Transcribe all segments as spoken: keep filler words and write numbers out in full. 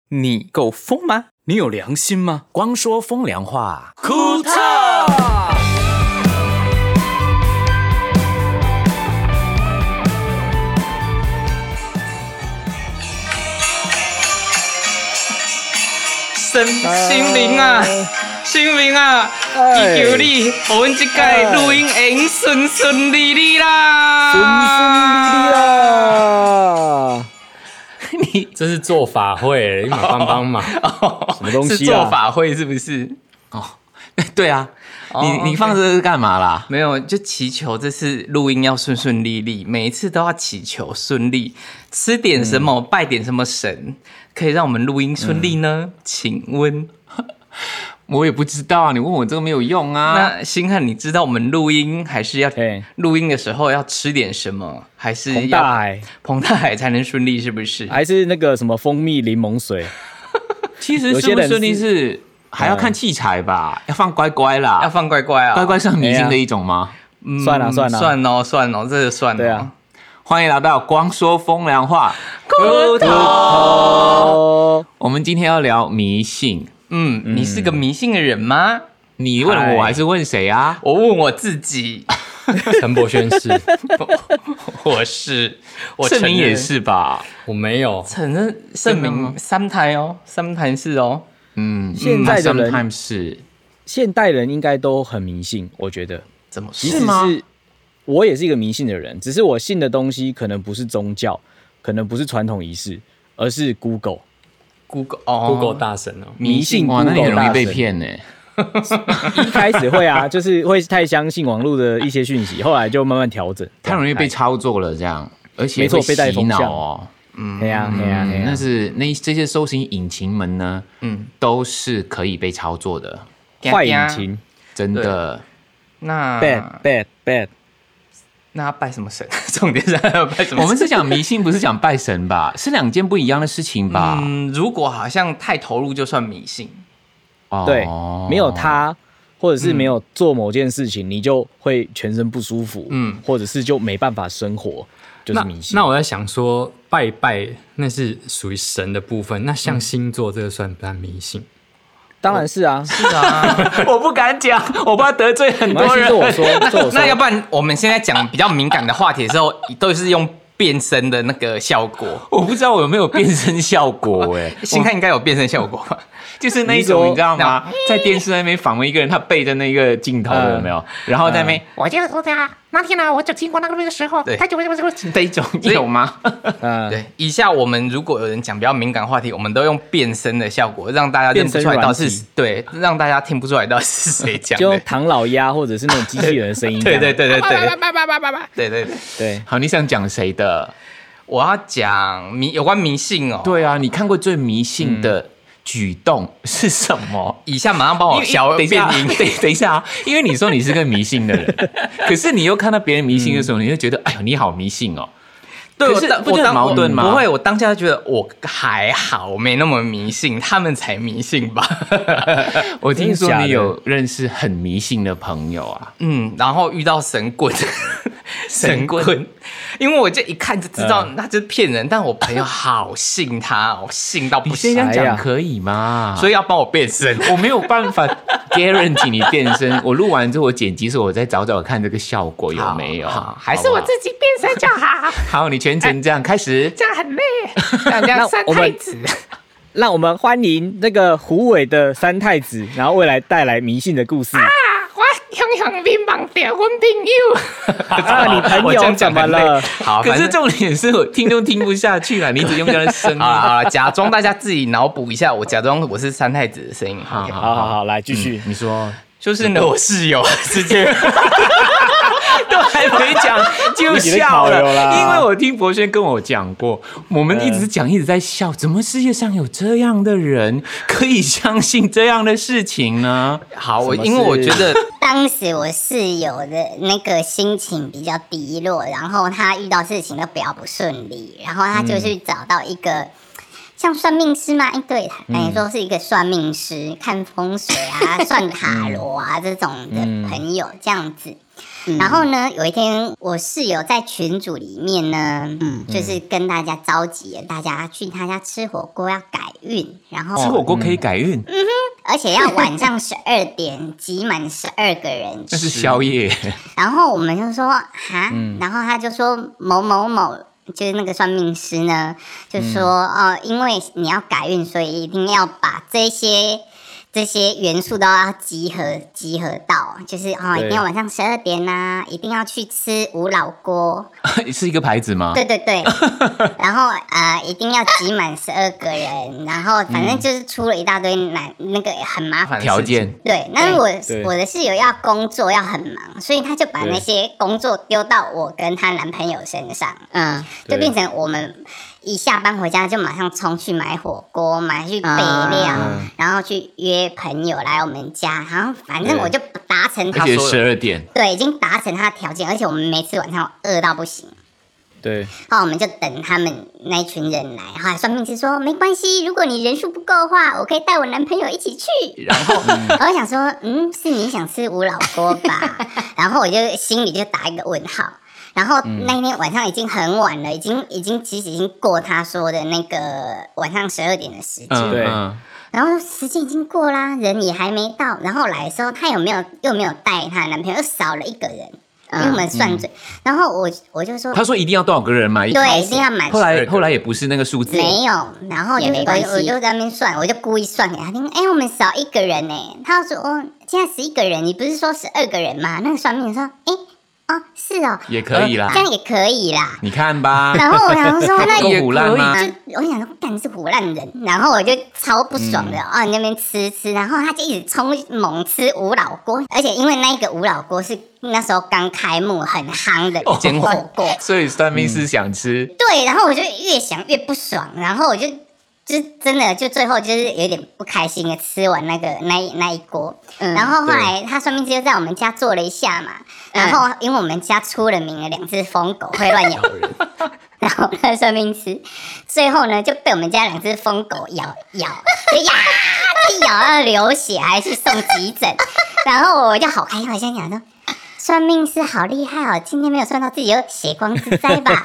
你够疯吗？你有良心吗？ 光说风凉话， 库特。心心灵啊，心灵啊，祈求你，我们这届录音会用顺顺利利啦， 顺顺利利啦。 你这是做法会，你马帮帮忙， 什么东西啊？ 是做法会是不是？ 哦，对啊，哦、你你放这是干嘛啦？ 没有，就祈求这次录音要顺顺利利，每一次都要祈求顺利。吃点什么，嗯、拜点什么神，可以让我们录音顺利呢？嗯、请问， 我也不知道啊，你问我这个没有用啊。 那星汉，你知道我们录音还是要录音的时候要吃点什么？还是要彭大海？ 彭大海才能顺利，是不是？ 还是那个什么蜂蜜柠檬水？ 其实顺不顺利是还要看器材吧，要放乖乖啦， 要放乖乖啊， 乖乖是很迷信的一种吗？ 嗯、算了算了， 算哦算哦，这个算哦。 对啊， 欢迎来到光说风凉话， 库特。 我们今天要聊迷信。 嗯，你是个迷信的人吗？ 你问我还是问谁啊？ 我问我自己。 陈柏轩是， 我是，我盛明也是吧？ 我没有承认盛明三台哦，三台是哦。 嗯，现在的人 sometimes 是， 现代人应该都很迷信，我觉得。 怎么说？ 是吗？我也是一个迷信的人，只是我信的东西可能不是宗教，可能不是传统仪式，而是 Google。 Google 哦 ，Google 大神哦， 迷信 Google 大神，哇，那你很容易被骗呢。 一开始会啊，就是会太相信网络的一些讯息，后来就慢慢调整。 太容易被操作了，这样，而且没错，被带风向哦。 嗯，对呀，对呀，对呀。 那是那这些搜寻引擎们呢，嗯，都是可以被操作的坏引擎， 真的。 那 bad bad bad。 那要拜什么神？重点是要拜什么神？ 我们是讲迷信，不是讲拜神吧？是两件不一样的事情吧？ 嗯，如果好像太投入，就算迷信。 哦、 对，没有他，或者是没有做某件事情，嗯、你就会全身不舒服，嗯，或者是就没办法生活，就是迷信。 那, 那我在想说，拜拜那是属于神的部分，那像星座这个算不算迷信？ 当然是啊， 是啊， 我不敢讲，我怕得罪很多人。 我说，我那要不然我们现在讲比较敏感的话题的时候，都是用变身的那个效果。 我不知道我有没有变身效果哎、欸， 星汉应该有变身效果吧？ 就是那一种，你知道吗？在电视那边访问一个人，他背着那个镜头有没有？然后在那边， 我记得说他那天呢，我走经过那个的时候，他就会这一种有吗？ 对，以下我们如果有人讲比较敏感话题，我们都用变身的效果，让大家认不出来到底是对，让大家听不出来到底是谁讲的， 就用唐老鸭或者是那种机器人的声音。 对对对对对， 叭叭叭叭叭， 对对对对。 好，你想讲谁的？ 我要讲迷有关迷信哦。 对啊，你看过最迷信的举动是什么？ 以下马上帮我小变音。 等等一下啊，因为你说你是个迷信的人，可是你又看到别人迷信的时候，你就觉得哎呦你好迷信哦。 对， 可是不就很矛盾吗？ 不会，我当下就觉得我还好，我没那么迷信，他们才迷信吧。 我听说你有认识很迷信的朋友啊， 嗯，然后遇到神棍，神棍，因为我就一看就知道那就是骗人，但我朋友好信他，我信到不行。 你这样讲可以吗？ 所以要帮我变身， 我没有办法 guarantee 你变身。我录完之后，我剪辑时候我再找找看这个效果有没有， 还是我自己变身就好。 好，你全程这样开始， 这样很累，这样三太子。 让我们欢迎那个虎尾的三太子，然后未来带来迷信的故事啊！我向向民忘掉我朋友，啊，你朋友怎么了？ 好，可是重点是我听都听不下去了，你只用这样的声音。 好了好了，假装大家自己脑补一下，我假装我是三太子的声音。 好好好好，来继续， 你说。 就是呢，我室友直接都还没讲就笑了，因为我听博轩跟我讲过，我们一直讲一直在笑，怎么世界上有这样的人可以相信这样的事情呢？ 好，我因为我觉得当时我室友的那个心情比较低落，然后他遇到事情都比较不顺利，然后他就去找到一个。嗯像算命师吗？哎，对，等于说是一个算命师，看风水啊、算塔罗啊这种的朋友这样子。嗯、然后呢，有一天我室友在群组里面呢，嗯，就是跟大家召集了大家去他家吃火锅，要改运，然后吃火锅可以改运， 嗯哼，而且要晚上十二点挤满十二个人吃， 那是宵夜。 然后我们就说哈，嗯、然后他就说某某某。就是那个算命师呢，就说、嗯、哦，因为你要改运，所以一定要把这些这些元素都要集合集合到，就是哦，一定要晚上十二点呐、啊，一定要去吃无老锅， 是一个牌子吗？ 对对对，然后呃，一定要挤满十二个人，然后反正就是出了一大堆难那个很麻烦的条件。 对，那我我的室友要工作要很忙，所以他就把那些工作丢到我跟她男朋友身上，嗯，就变成我们一下班回家就马上冲去买火锅，买去备料，嗯、然后去约朋友来我们家，然后反正我就达成他说十二点， 对，已经达成他的条件，而且我们每次晚上饿到不行。 对， 然后我们就等他们那一群人来，然后算命师说没关系，如果你人数不够的话，我可以带我男朋友一起去。然后我想说，嗯，是你想吃无老锅吧？然后我就心里就打一个问号。然后那一天晚上已经很晚了，已经已经其实已经过他说的那个晚上十二点的时间。 嗯、对。 然后时间已经过啦，人也还没到。然后来的时候，她有没有又没有带她的男朋友，又少了一个人。因为我们算准，嗯、然后我我就说， 他说一定要多少个人嘛？ 对，一定要满。 后来后来也不是那个数字， 没有。然后就我我就在那边算，我就故意算给他听。哎，我们少一个人呢。他说哦，现在十一个人，你不是说十二个人吗？那个算命说，哎。哦，是哦， 也可以啦， 这样也可以啦， 你看吧。 然后我想说，那也可以吗？ 我想说，干是唬烂人，然后我就超不爽的、嗯、哦，你那边吃吃，然后他就一直冲猛吃无老锅，而且因为那个无老锅是那时候刚开幕很夯的一间火锅， 所以算命师想吃、 嗯。对，然后我就越想越不爽，然后我就。就真的就最后就是有点不开心的吃完那个那一那一锅，嗯、然后后来他算命师就在我们家坐了一下嘛，嗯、然后因为我们家出了名的两只疯狗会乱咬人，然后那算命师最后呢就被我们家两只疯狗咬咬就呀，就咬到流血，还去送急诊，然后我就好开心，我心想说。算命师好厉害哦！今天没有算到自己有血光之灾吧？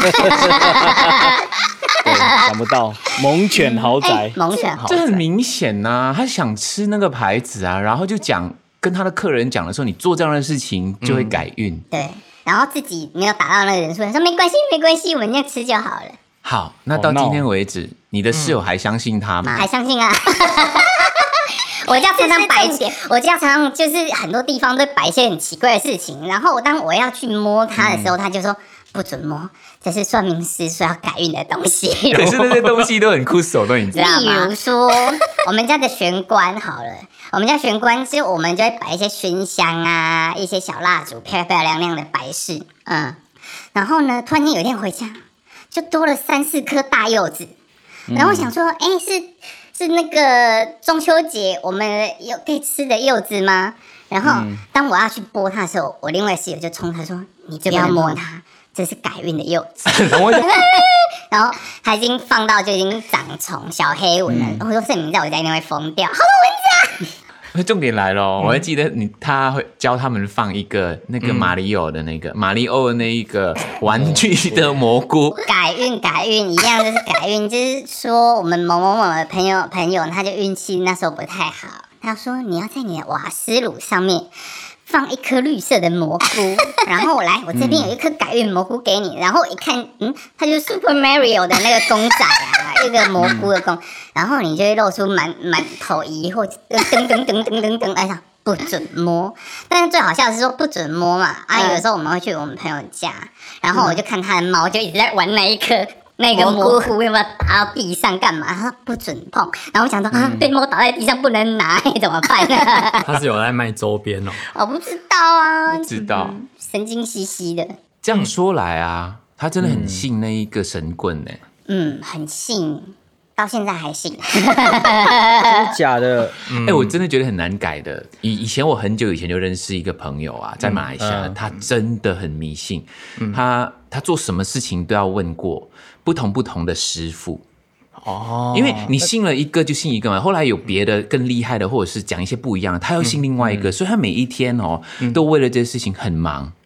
对，想不到猛犬豪宅，欸、 猛犬豪宅， 这很明显呐、啊。他想吃那个牌子啊，然后就讲跟他的客人讲的时候，你做这样的事情就会改运、嗯。 对，然后自己没有达到那个人数，说没关系，没关系，我们这样吃就好了。 好，那到今天为止，你的室友还相信他吗？ 嗯、还相信啊。我家常常摆，我家常常就是很多地方都摆一些很奇怪的事情，然后当我要去摸它的时候，他、嗯、就说不准摸，这是算命师说要改运的东西。 可是那些东西都很酷手的，你知道吗？ 例如说，我们家的玄关好了，我们家玄关是我们就会摆一些熏香啊，一些小蜡烛，漂漂亮亮的摆饰，嗯，然后呢，突然间有一天回家，就多了三四颗大柚子，然后我想说，哎、欸，是。是那个中秋节我们有可以吃的柚子吗？然后、嗯、当我要去剥它的时候，我另外室友就冲他说：“你就不要摸它，这是改运的柚子。”然后它已经放到就已经长虫小黑蚊了。嗯、我说：“是你在我家一定会疯掉，好多蚊子啊！” 重点来了、嗯，我还记得你，他会教他们放一个那个马里奥的那个、嗯、马里奥的那一个玩具的蘑菇， 改运改运一样就是改运，就是说我们某某某的朋友朋友，他就运气那时候不太好，他说你要在你的瓦斯炉上面放一颗绿色的蘑菇，然后我来，我这边有一颗改运蘑菇给你，然后一看，嗯，它就是 Super Mario 的那个公仔啊，一个蘑菇的公，然后你就会露出满满头疑惑，噔噔噔噔噔噔，哎呀，不准摸。但是最好笑的是说不准摸嘛，啊，有时候我们会去我们朋友家，然后我就看他的猫就一直在玩那一颗。那个蘑菇有没有打到地上干嘛？他说不准碰，然后我想说、嗯、啊，被猫打在地上不能拿，怎么办呢？ 他是有在卖周边哦， 我不知道啊， 不知道、 嗯，神经兮兮的。 这样说来啊，他真的很信那一个神棍呢。 嗯，很信，到现在还信。 真的假的？ 哎、嗯欸，我真的觉得很难改的。以以前我很久以前就认识一个朋友啊，在马来西亚，嗯、他真的很迷信，嗯、他他做什么事情都要问过。不同不同的师傅哦，因为你信了一个就信一个嘛，后来有别的更厉害的，或者是讲一些不一样的，他又信另外一个，嗯、所以他每一天哦、嗯、都为了这件事情很忙。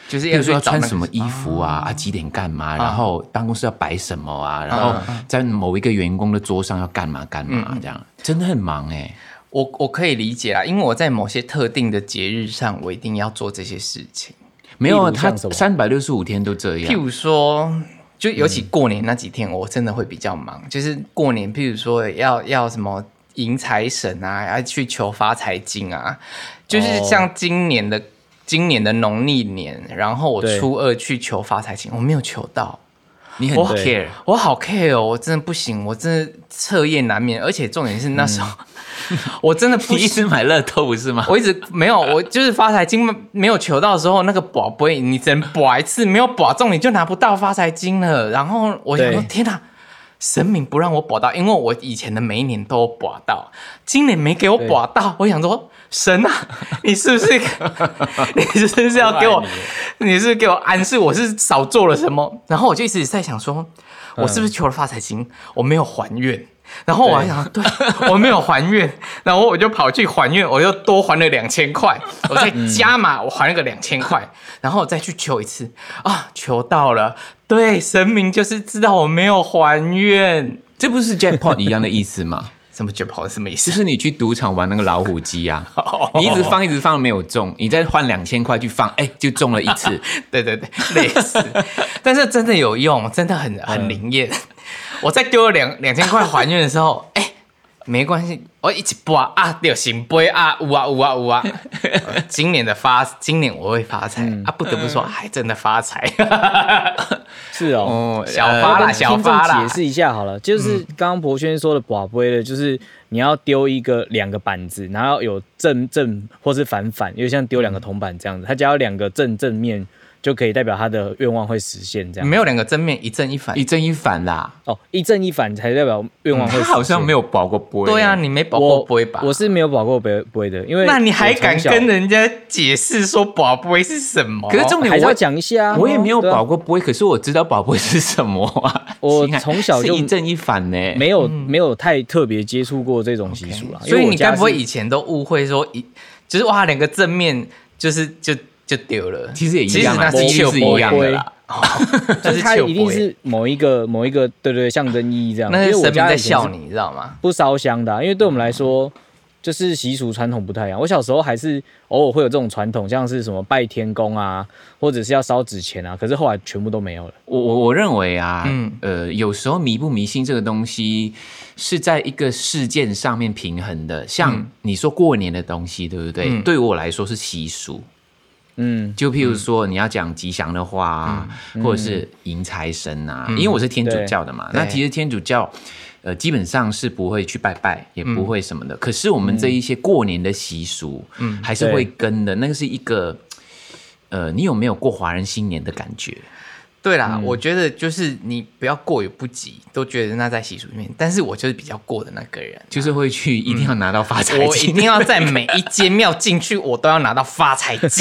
就是比如说要穿找那个什么衣服啊，啊几点干嘛，然后办公室要摆什么啊，然后在某一个员工的桌上要干嘛干嘛，这样真的很忙哎。 我我可以理解啦，因为我在某些特定的节日上，我一定要做这些事情。 没有， 例如他像什么三百六十五天都这样。 譬如说，就尤其过年那几天，我真的会比较忙。就是过年，譬如说要要什么迎财神啊，要去求发财金啊，就是像今年的、今年的农历年，然后我初二去求发财金，我没有求到。 你很 care， 我好 care 哦，我真的不行，我真的彻夜难眠，而且重点是那时候、嗯、我真的不你一直买乐透不是吗？ 我一直没有，我就是发财金没有求到的时候，那个宝不会，你只能拔一次，没有拔中你就拿不到发财金了。然后我想说，天哪！神明不让我拔到，因为我以前的每一年都有拔到，今年没给我拔到，我想说神啊，你是不是你是不是要给我，你是不是给我暗示我是少做了什么？然后我就一直在想说，我是不是求了发财金，我没有还愿？然后我还想，对，我没有还愿，然后我就跑去还愿，我又多还了两千块，我再加码，我还了个两千块，然后我再去求一次，啊，求到了，对，神明就是知道我没有还愿， 这不是 jackpot 一样的意思吗？ 什么 jackpot 什么意思？ 就是你去赌场玩那个老虎机啊，你一直放一直放没有中，你再换两千块去放，哎、欸，就中了一次。对对对，类似，但是真的有用，真的很很灵验。我在丢了两两千块还愿的时候，哎、欸，没关系，我一起拔啊，有行杯啊，有啊有啊有啊。今年的发，今年我会发财、嗯、啊，不得不说，还真的发财。 是哦， 小发啦，小发啦。 解释一下好了，就是刚刚博轩说的拔杯的，就是你要丢一个两个板子，然后有正正或是反反，因为像丢两个铜板这样子，它只要两个正正面。就可以代表他的愿望会实现，这样没有两个正面一正一反， 一正一反啦。 哦，一正一反才代表愿望会实现。 他好像没有保过杯。 对啊，你没保过杯吧？ 我是没有保过杯杯的，因为那你还敢跟人家解释说保杯是什么？ 可是重点还是要讲一下、啊。 我也没有保过杯，可是我知道保杯是什么啊。 我从小就一正一反呢， 没有没有太特别接触过这种习俗啦。 所以你该不会以前都误会说一就是哇两个正面就是就。就丢了， 其实也一样啊， 其实那是一样的啦。 就是它一定是某一个某一个对对象征意义这样。 那是神明在笑你，你知道吗？ 不烧香的、啊，因为对我们来说，就是习俗传统不太一样。我小时候还是偶尔会有这种传统，像是什么拜天公啊，或者是要烧纸钱啊，可是后来全部都没有了。 我我我认为啊，嗯呃，有时候迷不迷信这个东西是在一个事件上面平衡的。像你说过年的东西，对不对？嗯、对我来说是习俗。嗯，就譬如说你要讲吉祥的话啊，嗯、或者是迎财神啊，嗯、因为我是天主教的嘛，那其实天主教，呃，基本上是不会去拜拜，也不会什么的。嗯、可是我们这一些过年的习俗，嗯，还是会跟的。那个是一个，呃，你有没有过华人新年的感觉？ 对啦、嗯，我觉得就是你不要过犹不及，都觉得那在习俗里面。但是我就是比较过的那个人、啊， 就是会去一定要拿到发财金、嗯， 我一定要在每一间庙进去，我都要拿到发财金。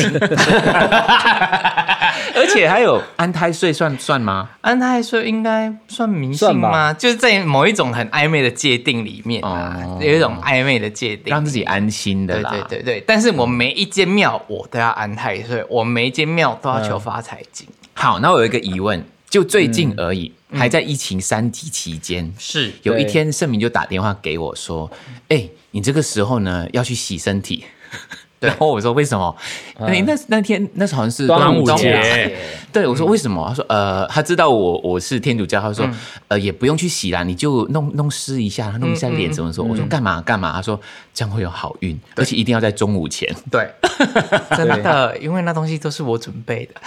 而且还有安胎岁算算吗？ 安胎岁应该算迷信吗？就是在某一种很暧昧的界定里面啊，哦、有一种暧昧的界定， 让自己安心的啦。 对对对对，但是我每一间庙我都要安胎岁，我每一间庙都要求发财金。嗯好，那我有一个疑问，就最近而已，嗯、还在疫情三级期间， 是有一天圣明就打电话给我说：“哎、欸，你这个时候呢要去洗身体。”然后我说为什么？嗯、那那天那时候好像是端午节，对我说为什么？他说呃，他知道我我是天主教，他说、嗯、呃也不用去洗啦，你就弄弄湿一下，弄一下脸怎么说？嗯、我说干嘛干嘛？他说这样会有好运，而且一定要在中午前。 对，真的，因为那东西都是我准备的。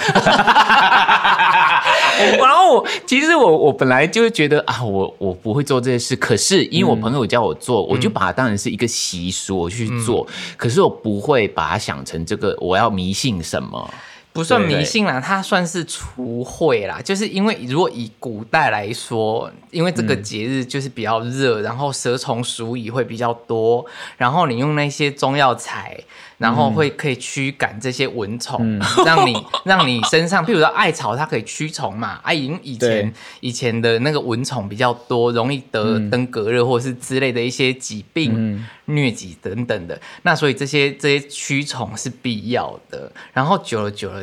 然后我其实我我本来就觉得啊，我我不会做这些事，可是因为我朋友叫我做，嗯、我就把它当成是一个习俗，我去做。嗯、可是我不会把它想成这个我要迷信什么。 不算迷信啦，它算是除秽啦。就是因为如果以古代来说，因为这个节日就是比较热，然后蛇虫鼠蚁会比较多，然后你用那些中药材，然后会可以驱赶这些蚊虫，嗯、让你让你身上，譬如说艾草，它可以驱虫嘛。啊，以以前以前的那个蚊虫比较多，容易得登革热或是之类的一些疾病、嗯、疟疾等等的。那所以这些这些驱虫是必要的。然后久了久了。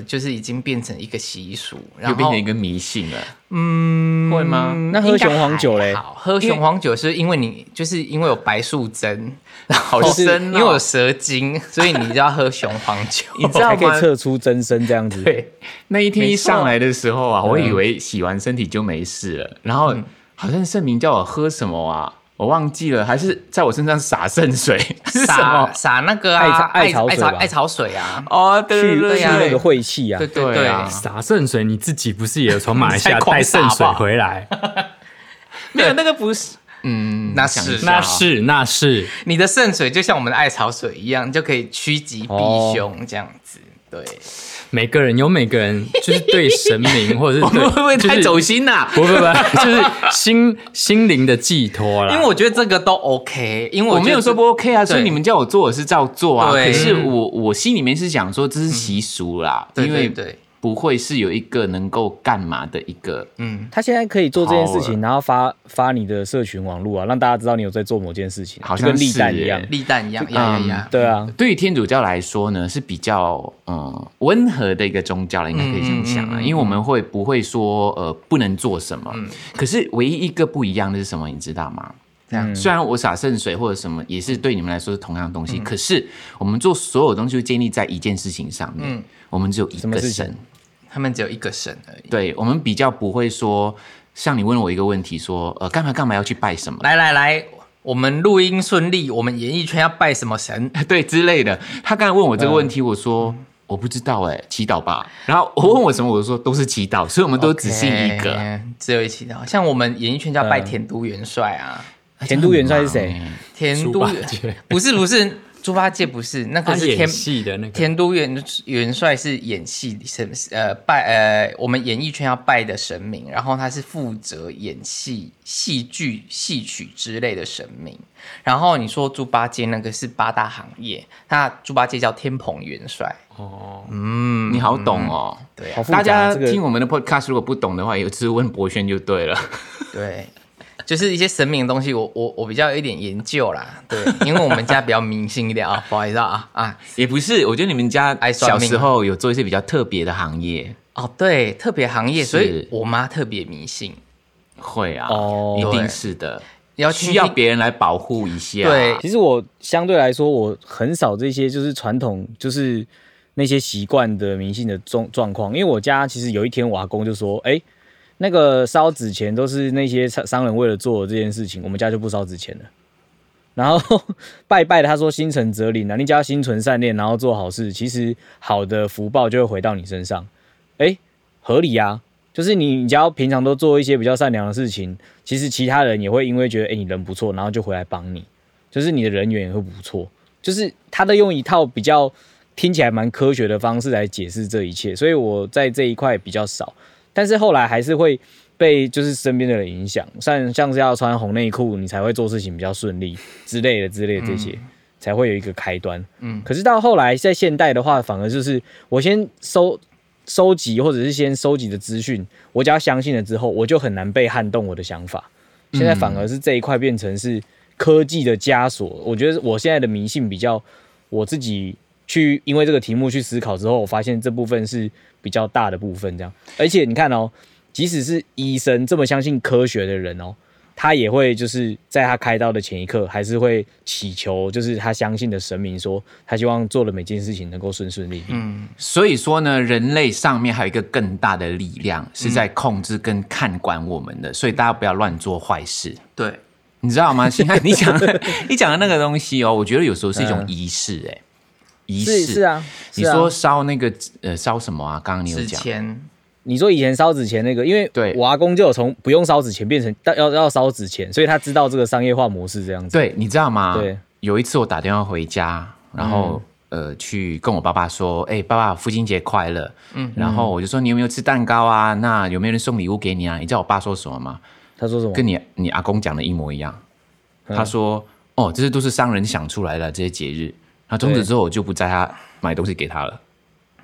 就是已经变成一个习俗，然后又变成一个迷信了。 嗯， 会吗？ 那喝雄黄酒嘞？ 好，喝雄黄酒是因为你就是因为有白素贞，然后好深哦因为有蛇精，所以你就要喝雄黄酒， 你知道才可以吗？ 测出真身这样子。 对， 那一天一上来的时候啊， 没错我以为洗完身体就没事了，然后好像圣明叫我喝什么啊，我忘记了，还是在我身上洒圣水，是什洒么？ 洒那个艾草啊， 艾草水吧艾草水啊， 哦，对去对对去那个对， 晦气啊对，对对对啊洒圣水，你自己不是也有从马来西亚你在狂带圣水洒吧回来？ 没有那个不是，嗯， 那想一是下哦那是那是， 你的圣水就像我们的艾草水一样，就可以趋吉避凶这样子。对， 每个人有每个人就是对神明或者是对我们会不会太走就是心呐？ 不不不，就是心心灵的寄托啦。 因为我觉得这个都 OK，因为觉得我没有说不 OK 啊，所以对你们叫我做我是照做啊。 对可是我我心里面是想说这是习俗啦， 对因为对对， 不会是有一个能够干嘛的一个。 嗯， 他现在可以做这件事好情，然后发发你的社群网络啊，让大家知道你有在做某件事情， 好像就跟立蛋是一样耶。 立蛋一样，呀呀呀， 对啊， 对于天主教来说呢，是比较嗯温和的一个宗教了，应该可以这样想啊。 嗯嗯嗯嗯因为我们会不会说呃不能做什么？可是唯一一个不一样的是什么？你知道吗？ 这样虽然我洒圣水或者什么也是对你们来说是同样的东西，可是我们做所有东西就建立在一件事情上面。 嗯我们只有一个什么事情神， 他们只有一个神而已。 对我们比较不会说，像你问我一个问题说，呃，干嘛干嘛要去拜什么？ 来来来，我们录音顺利，我们演艺圈要拜什么神？ 对之类的。他刚才问我这个问题，我说。我不知道哎、祈祷吧。然后我问我什么，我说都是祈祷，所以我们都只信一个。 OK，只有一祈祷。像我们演艺圈就要拜田都元帅啊， 田都元帅是谁？ 田猪八都元戒不是不是猪八戒不是，那他演个是天戏的那个田都元元帅是演戏神呃拜呃我们演艺圈要拜的神明，然后他是负责演戏戏剧戏曲之类的神明。然后你说猪八戒那个是八大行业，那猪八戒叫天蓬元帅。 哦， 嗯， 你好懂哦。 对啊好复杂大家这个听我们的 podcast 如果不懂的话，有次问博轩就对了。 对，就是一些神明的东西我，我我比较有一点研究啦。对，因为我们家比较迷信一点啊，不好意思啊啊也不是，我觉得你们家爱算命啊小时候有做一些比较特别的行业， 哦，对，特别行业， 是所以我妈特别迷信， 会啊， 哦一定是的， 要听需要别人来保护一下。 对其实我相对来说，我很少这些就是传统，就是那些习惯的迷信的状状况。因为我家其实有一天，我阿公就说：“哎、那个烧纸钱都是那些商人为了做的这件事情，我们家就不烧纸钱了。”然后拜拜的，他说心诚则灵啊，你只要心存善念，然后做好事，其实好的福报就会回到你身上。哎，合理啊，就是你你只要平常都做一些比较善良的事情，其实其他人也会因为觉得哎你人不错，然后就回来帮你，就是你的人缘也会不错。就是他的用一套比较听起来蛮科学的方式来解释这一切，所以我在这一块比较少，但是后来还是会被就是身边的人影响，像像是要穿红内裤，你才会做事情比较顺利之类的之类的这些，嗯、才会有一个开端。嗯，可是到后来在现代的话，反而就是我先收收集或者是先收集的资讯，我只要相信了之后，我就很难被撼动我的想法。现在反而是这一块变成是科技的枷锁。我觉得我现在的迷信比较我自己去因为这个题目去思考之后，我发现这部分是比较大的部分，这样。而且你看哦。即使是医生这么相信科学的人哦，他也会就是在他开刀的前一刻，还是会祈求，就是他相信的神明说，他希望做的每件事情能够顺顺利利。嗯， 所以说呢，人类上面还有一个更大的力量是在控制跟看管我们的，所以大家不要乱做坏事。 对， 你知道吗？现在你讲的你讲的那个东西哦，我觉得有时候是一种仪式、欸，哎、嗯，仪式是是啊。 你说烧那个呃烧什么啊？刚刚你有讲。 你说以前烧纸钱那个，因为我阿公就有从不用烧纸钱变成要要烧纸钱，所以他知道这个商业化模式这样子。 对，你知道吗？ 对， 有一次我打电话回家，然后、嗯、呃去跟我爸爸说，哎、欸，爸爸，父亲节快乐。嗯，然后我就说你有没有吃蛋糕啊？那有没有人送礼物给你啊？你知道我爸说什么吗？ 他说什么？ 跟你你阿公讲的一模一样。嗯、他说，哦，这些都是商人想出来的这些节日。那从此之后我就不在他买东西给他了。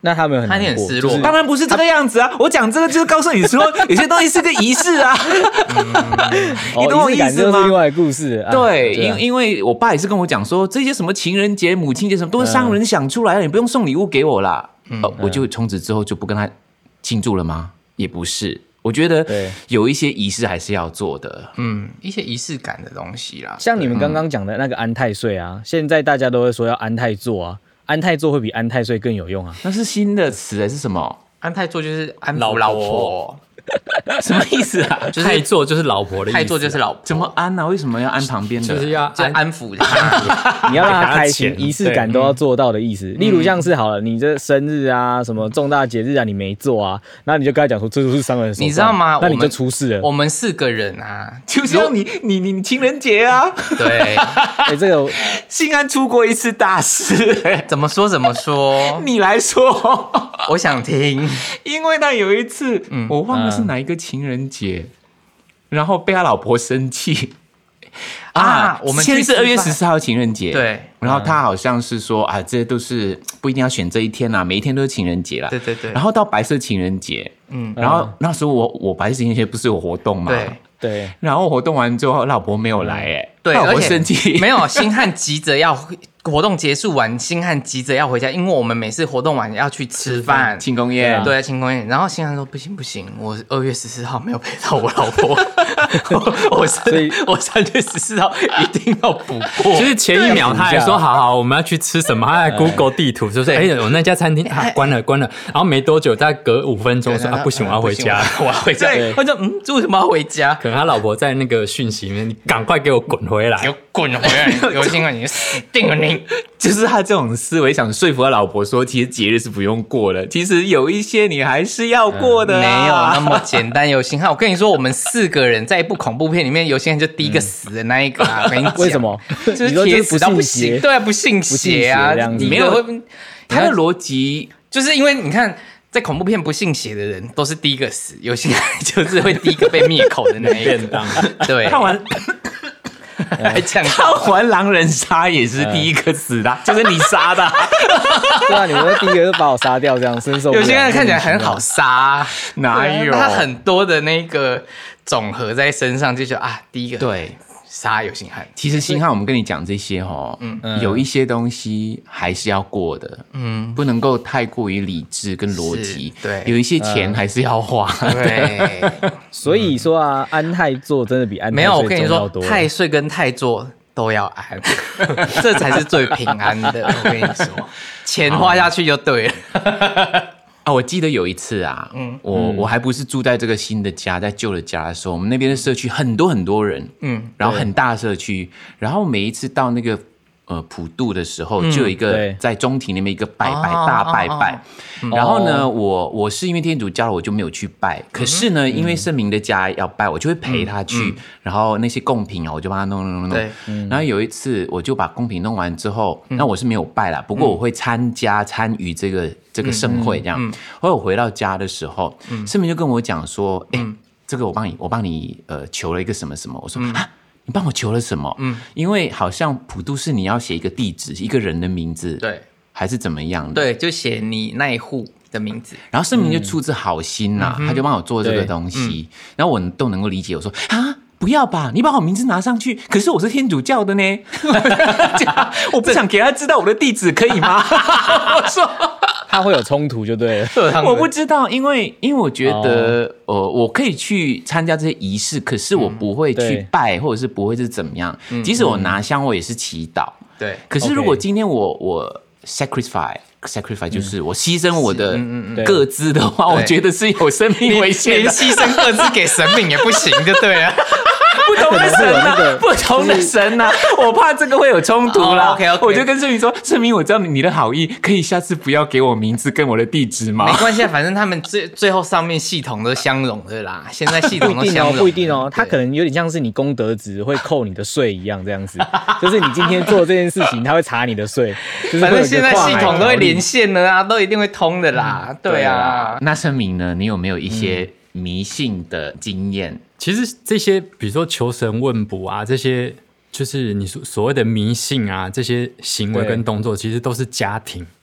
那他们很他难过， 有点失落就是当然不是这个样子啊！我讲这个就是告诉你说，有些东西是个仪式啊。你懂我意仪式感思吗？ 就是另外的故事。啊、 对， 对啊因因为我爸也是跟我讲说，这些什么情人节、母亲节什么都是商人想出来的，你不用送礼物给我啦。 嗯呃，我就从此之后就不跟他庆祝了吗？也不是，我觉得对有一些仪式还是要做的。 嗯，一些仪式感的东西啦。 像你们刚刚讲的那个安太岁啊，现在大家都会说要安太座啊，安太座会比安太岁更有用啊。 那是新的词还是什么？ 安太座就是安老婆抚老婆， 什么意思啊？ 就是太座就是老婆的意思， 太座就是老婆， 怎么安呢、啊？为什么要安旁边的？ 就是要就安安抚他。 你要让他开给心他，钱仪式感都要做到的意思。例如像是好了，你这生日啊，什么重大节日啊，你没做啊，然后你就跟他讲说这都是商人的手段， 你知道吗那你就我们出事了。 我们四个人啊， 就是要你你你你情人节啊！ 对， 哎，这个新安出过一次大事、欸， 怎么说怎么说， 你来说。 我想听。 因为他有一次， 嗯我忘了是哪一个情人节，然后被他老婆生气啊我们去先是二月吃饭十四号情人节， 对， 然后他好像是说啊，这些都是不一定要选这一天啦，每一天都是情人节啦， 对对对然后到白色情人节， 嗯然后那时候我我白色情人节不是有活动嘛， 对对， 然后活动完之后，老婆没有来、欸，哎、 对， 老婆而且生气， 没有，星汉急着要活动结束完，星汉急着要回家，因为我们每次活动完要去吃饭。 庆功宴， 对，庆功宴。然后星汉说：“不行不行，我二月十四号没有陪到我老婆，我我所以三我三月十四号一定要补过。” 其实前一秒他还说好好，我们要去吃什么，他还 Google 地图，就说哎，我那家餐厅啊关了关了，然后没多久，再隔五分钟说啊不行，我要回家。 我要回家。我就嗯，为什么要回家？ 可能他老婆在那个讯息里面，你赶快给我滚回来！ 给我滚回来！有星汉，你死定了你！ 就是他这种思维想说服他老婆说，其实节日是不用过的，其实有一些你还是要过的、啊嗯，没有那么简单。有星汉，我跟你说，我们四个人在一部恐怖片里面，有星汉就第一个死的那一个啊！我跟你讲， 为什么？ 就是你说就是不铁死到不信邪行，对啊，不信邪啊， 不信邪这样子没有没有他的逻辑。 就是因为你看，在恐怖片不信邪的人都是第一个死，有些人就是会第一个被灭口的那一个。 便当， 对， 看完还讲看完狼人杀也是第一个死的，就是你杀的。 对啊，你们第一个就把我杀掉，这样深受不了。 有些人看起来很好杀， 哪有？ 他很多的那个总和在身上，就觉得啊，第一个对。 杀有星汉， 其实星汉，我们跟你讲这些哦，嗯，有一些东西还是要过的，嗯，不能够太过于理智跟逻辑， 对， 有一些钱还是要花， 对。 所以说啊，安太座真的比安太没有，我岁跟你说， 重要多了。 太岁跟太座都要安，这才是最平安的。我跟你说，钱花下去就对了。 啊，我记得有一次啊，嗯，我我还不是住在这个新的家，在旧的家的时候，我们那边的社区很多很多人，嗯，然后很大社区，然后每一次到那个呃普渡的时候，就有一个对在中庭那边一个拜拜哦大拜拜， 哦然后呢，我我是因为天主教了，我就没有去拜，可是呢，因为圣明的家要拜，我就会陪他去，然后那些贡品啊，我就帮他弄弄弄弄， 对， 然后有一次我就把贡品弄完之后，那我是没有拜啦，不过我会参加参与这个。这个盛会这样， 嗯嗯嗯、 后来我回到家的时候，圣明就跟我讲说：“哎、嗯欸，这个我帮你，我帮你呃求了一个什么什么。”我说：“啊、嗯，你帮我求了什么？”嗯，因为好像普渡是你要写一个地址，一个人的名字， 对， 还是怎么样的？ 对，就写你那一户的名字。 然后圣明就出自好心呐、啊， 嗯、 他就帮我做这个东西，然后我都能够理解。我说：“啊。”不要吧，你把我名字拿上去。可是我是天主教的呢，我不想给他知道我的地址，可以吗？我说他会有冲突就对了。 我不知道，因为因为我觉得，哦、呃，我可以去参加这些仪式，可是我不会去拜，嗯、或者是不会是怎么样。嗯、即使我拿香，我也是祈祷。 对。 可是如果今天我我 sacrifice。sacrifice 就是我牺牲我的个资的话，我觉得是有生命危险的。 连牺牲个资给神明也不行，就对了。 不同的神呐、啊，不同的神呐、啊，我怕这个会有冲突啦。 Oh, OK OK， 我就跟圣明说，圣明，我知道你的好意，可以下次不要给我名字跟我的地址吗？ 没关系，反正他们最最后上面系统都相容的啦。现在系统都相容， 不一定哦，他可能有点像是你功德值会扣你的税一样，这样子。就是你今天做这件事情，他会查你的税。就是、 反正现在系统都会连线的啊，都一定会通的啦。嗯、对啊， 那圣明呢？你有没有一些迷信的经验？ 其实这些，比如说求神问卜啊，这些就是你所所谓的迷信啊，这些行为跟动作，其实都是家庭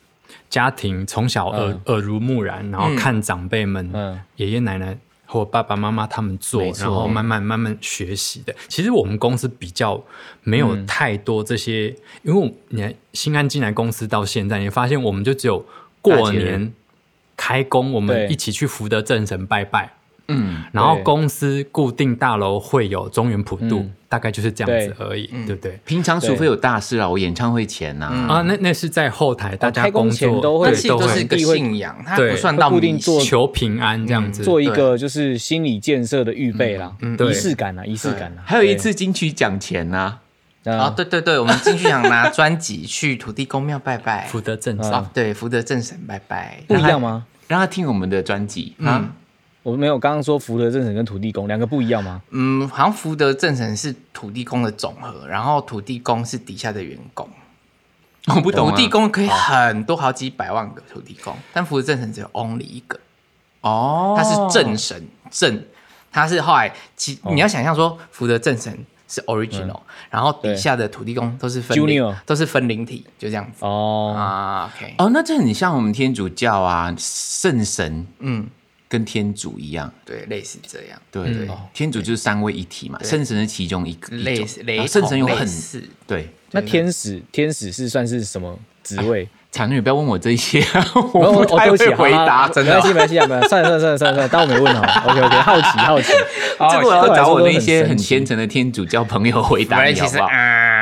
家庭从小耳、嗯、耳濡目染，然后看长辈们、嗯、爷爷奶奶或爸爸妈妈他们做，然后慢慢慢慢学习的。其实我们公司比较没有太多这些，嗯、因为你看新安进来公司到现在，你发现我们就只有过年开工，我们一起去福德正神拜拜。嗯，然后公司固定大楼会有中元普渡、嗯，大概就是这样子而已， 对,、嗯、对不对？ 平常除非有大事啊，我演唱会前呐、啊嗯， 啊，那那是在后台，大家工作、 哦、都会， 对，都是一个信仰，它不算到固定做求平安这样子， 嗯、做一个就是心理建设的预备啦，嗯、仪式感啊，仪式感啊。 还有一次金曲奖前呐、 啊，啊、哦，对对对，我们金曲奖拿专辑去土地公庙拜拜， 福德正神、 哦，对，福德正神拜拜， 不一样吗？ 让他听我们的专辑，嗯。 我没有刚刚说福德正神跟土地公两个不一样吗？ 嗯，好像福德正神是土地公的总和，然后土地公是底下的员工。 我不懂、啊， 土地公可以很多好几百万个土地公，但福德正神只有 only 一个。哦，他是正神正，他是后来其、哦、你要想象说福德正神是 original，、嗯、然后底下的土地公都是分灵，都是分灵体，就这样子。哦啊 ，OK， 哦，那这很像我们天主教啊，圣神，嗯。跟天主一样， 对，类似这样， 对对、嗯，天主就是三位一体嘛，圣神是其中一个， 类似，类圣神有很对。 那天使，天使是算是什么职位？ 产女，不要问我这些，我不太会回答，真的。 没关系，没关系，没关系，算了算了算了算了，当我没问好。OK OK， 好奇好奇， 这个我要找我那些很虔诚的天主教朋友回答你好不好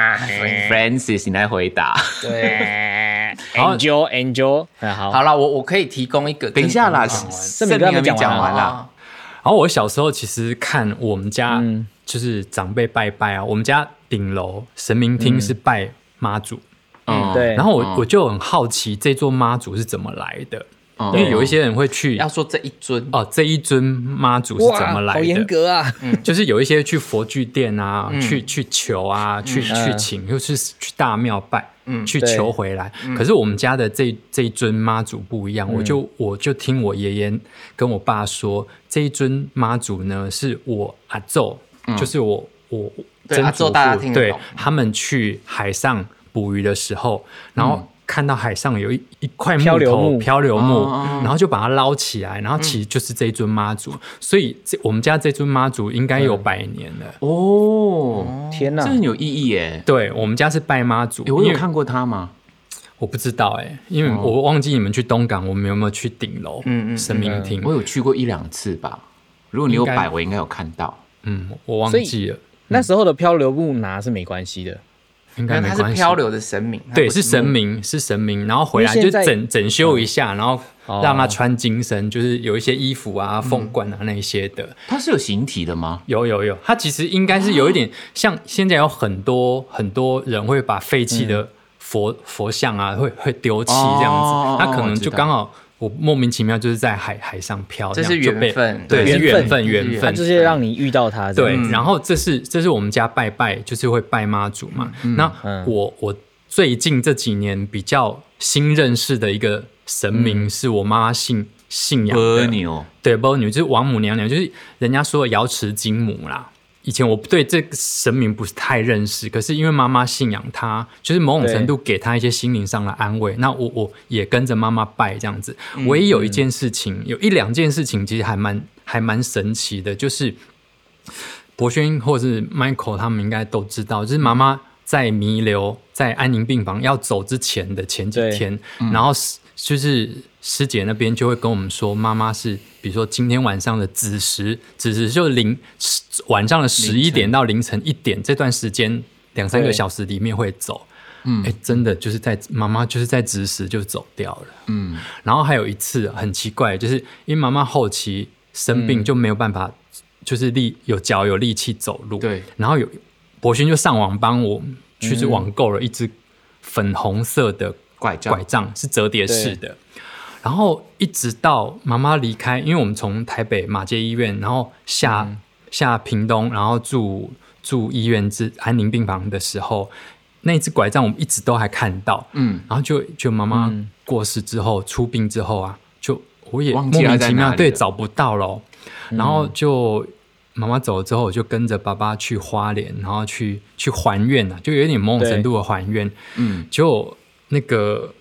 ？Francis， 你来回答。 对。Angel Angel， 好， 好了，我我可以提供一个。 等一下啦，圣明还没讲完啦。 然后我小时候其实看我们家就是长辈拜拜啊，我们家顶楼神明厅是拜妈祖， 嗯，对。 然后我我就很好奇这座妈祖是怎么来的。因为有一些人会去要说这一尊哦，这一尊妈祖是怎么来的？ 好严格啊！ 就是有一些去佛具店啊，嗯、去去求啊，嗯、去去请，又是去大庙拜，嗯、去求回来。可是我们家的这这一尊妈祖不一样，嗯、我就我就听我爷爷跟我爸说，这一尊妈祖呢是我阿祖，嗯、就是我我曾祖父， 对他们去海上捕鱼的时候，然后。嗯看到海上有 一, 一块木头漂流木，漂流木哦哦哦然后就把它捞起来，然后其实就是这一尊妈祖，嗯、所以这我们家这尊妈祖应该有百年了。 嗯、哦，天哪，这很有意义耶！ 对，我们家是拜妈祖。 我有看过他吗？ 我不知道哎，因为我忘记你们去东港，我们有没有去顶楼神明厅？ 我有去过一两次吧。如果你有摆，我应该有看到。 嗯，我忘记了。 那时候的漂流木拿是没关系的。 应该没关系， 他是漂流的神明， 对，是神明，是神明，然后回来就整整修一下，然后让他穿金身，就是有一些衣服啊、凤冠啊那些的。 它是有形体的吗？ 有有有，它其实应该是有一点像现在有很多很多人会把废弃的佛佛像啊，会会丢弃这样子，它可能就刚好。我莫名其妙就是在海海上飘， 这是缘分， 对，是缘分，缘分， 它就是让你遇到它。 对，然后这是这是我们家拜拜，就是会拜妈祖嘛。嗯、那、嗯、我我最近这几年比较新认识的一个神明，嗯、是我妈妈信信仰的， 波牛， 对，波牛就是王母娘娘，就是人家说的瑶池金母啦。以前我对这个神明不是太认识，可是因为妈妈信仰他，就是某种程度给他一些心灵上的安慰。那我我也跟着妈妈拜这样子。嗯、唯一有一件事情，有一两件事情其实还蛮还蛮神奇的，就是博轩或是 Michael 他们应该都知道，就是妈妈在弥留在安宁病房要走之前的前几天，嗯、然后就是师姐那边就会跟我们说，妈妈是比如说今天晚上的子时，子时就零晚上的十一点到凌晨一点这段时间两三个小时里面会走。嗯，哎，真的就是在妈妈就是在子时就走掉了。嗯，然后还有一次很奇怪，就是因为妈妈后期生病就没有办法，嗯、就是力有脚有力气走路。对，然后有博勋就上网帮我去网购了一只粉红色的拐杖，拐杖是折叠式的。然后一直到妈妈离开，因为我们从台北马偕医院，然后下、嗯、下屏东，然后住住医院之安宁病房的时候，那一只拐杖我们一直都还看到。嗯，然后就就妈妈过世之后、嗯、出殡之后啊，就我也莫名其妙对找不到了，然后就妈妈走了之后，我就跟着爸爸去花莲，然后去去还愿啊，就有点某种程度的还愿。嗯，就那个。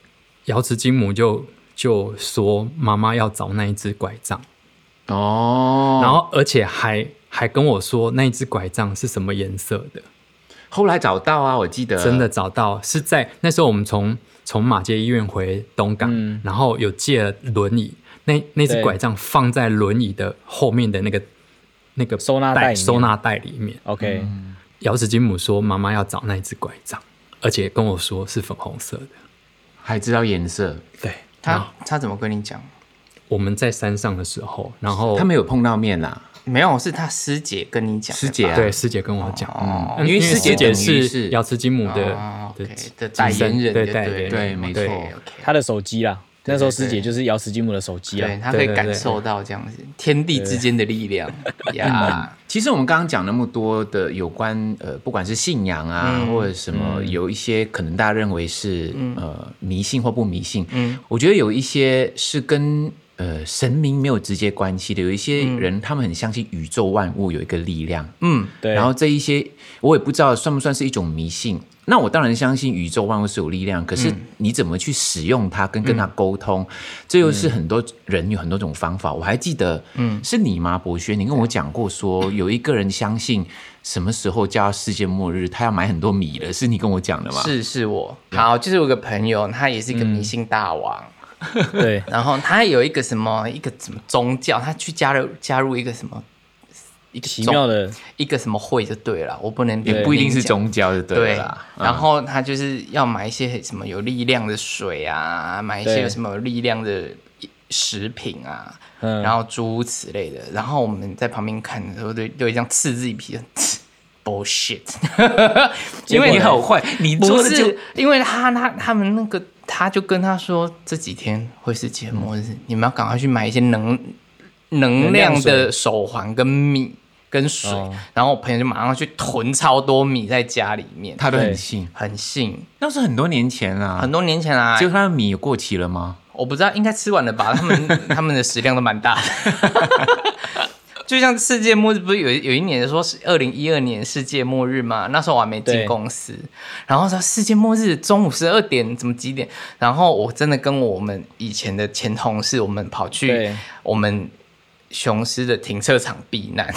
瑶池金母就就说妈妈要找那一只拐杖哦， 然后而且还还跟我说那一只拐杖是什么颜色的。 后来找到啊，我记得真的找到，是在那时候我们从从马偕医院回东港，嗯、然后有借了轮椅，那那只拐杖放在轮椅的后面的那个那个收纳袋收纳袋里面。 OK， 瑶池金母说妈妈要找那一只拐杖，而且跟我说是粉红色的， 还知道颜色。 对， 他他怎么跟你讲？ 我们在山上的时候，然后他们有碰到面啊。 没有，是他师姐跟你讲。 师姐啊， 对，师姐跟我讲， 哦、 嗯，因为师姐是瑶池金母的、 哦、 的, okay, 的代言人， 对代言人， 对，没错。 他的手机啦，那时候师姐就是瑶池金母的手机啦， 对，他可以感受到这样子天地之间的力量呀。 其实我们刚刚讲那么多的有关呃，不管是信仰啊，嗯、或者什么，嗯、有一些可能大家认为是、嗯、呃迷信或不迷信，嗯，我觉得有一些是跟。呃，神明没有直接关系的，有一些人、嗯、他们很相信宇宙万物有一个力量，嗯，对。然后这一些我也不知道算不算是一种迷信。那我当然相信宇宙万物是有力量，可是你怎么去使用它，跟跟它沟通，嗯、这又是很多人有很多种方法。我还记得，嗯，是你吗，博轩？你跟我讲过说，有一个人相信什么时候叫世界末日，他要买很多米了，是你跟我讲的吗？ 是是我。好，就是我有个朋友，他也是一个迷信大王。嗯对， 然后他有一个什么一个什么宗教，他去加入加入一个什么一个奇妙的一个什么会就对了，我不能也不一定是宗教就对了啦。 对，然后他就是要买一些什么有力量的水啊，买一些有什么有力量的食品啊，然后诸如此类的。然后我们在旁边看的时候，都都会这样刺自己皮。bullshit， 因为你好坏，你做的就因为他他他们那个。他就跟他说这几天会是节末日，嗯、你们要赶快去买一些能能量的手环跟米跟水，哦、然后我朋友就马上去囤超多米在家里面。 他都很信， 很信。 那是很多年前啦， 很多年前啦。 结果他的米有过期了吗？ 我不知道，应该吃完了吧？他们他们的食量都蛮大的。就像世界末日，不是有有一年说是二零一二年世界末日嘛？那时候我还没进公司，然后说世界末日中午十二点怎么几点？然后我真的跟我们以前的前同事，我们跑去我们雄狮的停车场避难。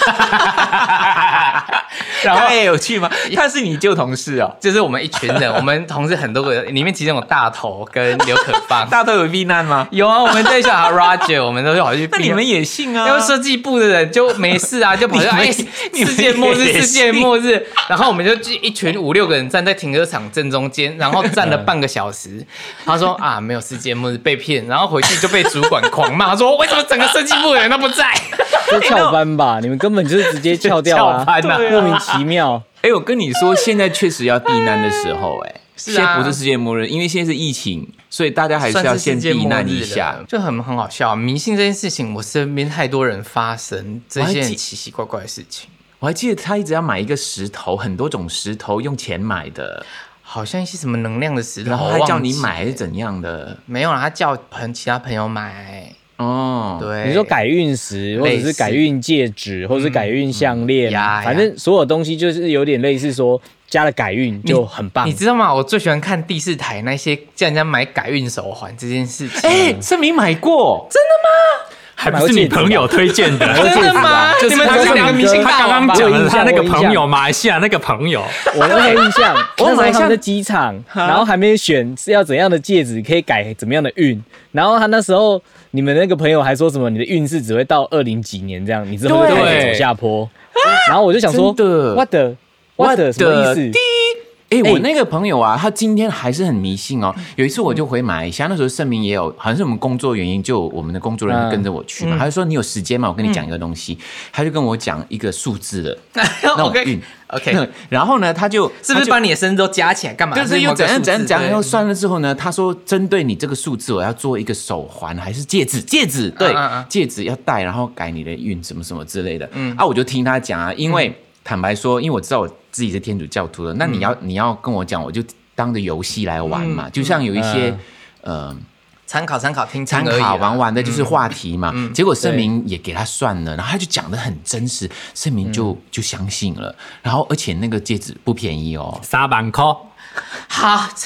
然后他也有去吗？他是你旧同事哦， 就是我们一群人，我们同事很多个，里面其中有大头跟刘可芳。 大头有避难吗？ 有啊，我们这小孩 Roger， 我们都跑去避难。 那你们也信啊？ 因为设计部的人就没事啊，就跑去哎，世界末日，世界末日。然后我们就一群五六个人站在停车场正中间，然后站了半个小时。他说啊，没有世界末日，被骗。然后回去就被主管狂骂，说为什么整个设计部的人都不在？ 就翘班吧，你们根本就是直接翘掉啊， 班啊莫名其妙。 哎、欸，我跟你说，现在确实要避难的时候、欸，哎、啊，现在不是世界末日，因为现在是疫情，所以大家还是要先避难一下， 就很很好笑。迷信这件事情，我身边太多人发生这些很奇奇怪怪的事情。 我还记得他一直要买一个石头，很多种石头用钱买的， 好像一些什么能量的石头， 然后还叫你买还是怎样的？ 没有啦，他叫朋其他朋友买。哦，对， 你说改运石，或者是改运戒指，或者是改运项链，嗯、反正所有东西就是有点类似说加了改运就很棒。 你, 你知道吗？我最喜欢看第四台那些叫人家买改运手环这件事情。 哎、欸，盛明买过， 真的吗？ 还不是你朋友推荐的？ 真的吗？ 就是你们是两个明星大王吧？ 他刚刚讲的他那个朋友，马来西亚那个朋友， 我都有印象。我马来西亚在机场，然后还没选是要怎样的戒指可以改怎么样的运，然后他那时候你们那个朋友还说什么你的运势只会到二零几年这样，你之后就开始走下坡。然后我就想说 ，what the what the 什么意思？ 哎、欸，我那个朋友啊，他今天还是很迷信哦。有一次我就回马来西亚，那时候盛明也有，好像是我们工作原因，就我们的工作人员跟着我去嘛。嗯、他就说你有时间吗？我跟你讲一个东西，嗯、他就跟我讲一个数字的那种运。 OK， 然后呢，他就是不是把你的生日都加起来干嘛？ 就是又怎样怎样怎样，然后算了之后呢，他说针对你这个数字，我要做一个手环还是戒指？戒指对，啊啊啊戒指要戴，然后改你的运什么什么之类的。嗯，啊，我就听他讲啊，因为、嗯、坦白说，因为我知道我自己是天主教徒的，那你要、嗯、你要跟我讲，我就当着游戏来玩嘛，嗯、就像有一些、嗯、呃。 参考参考听参考玩玩的就是话题嘛，嗯、结果盛明也给他算了，然后他就讲得很真实，盛明就、嗯、就相信了，然后而且那个戒指不便宜哦， 三万块， 好。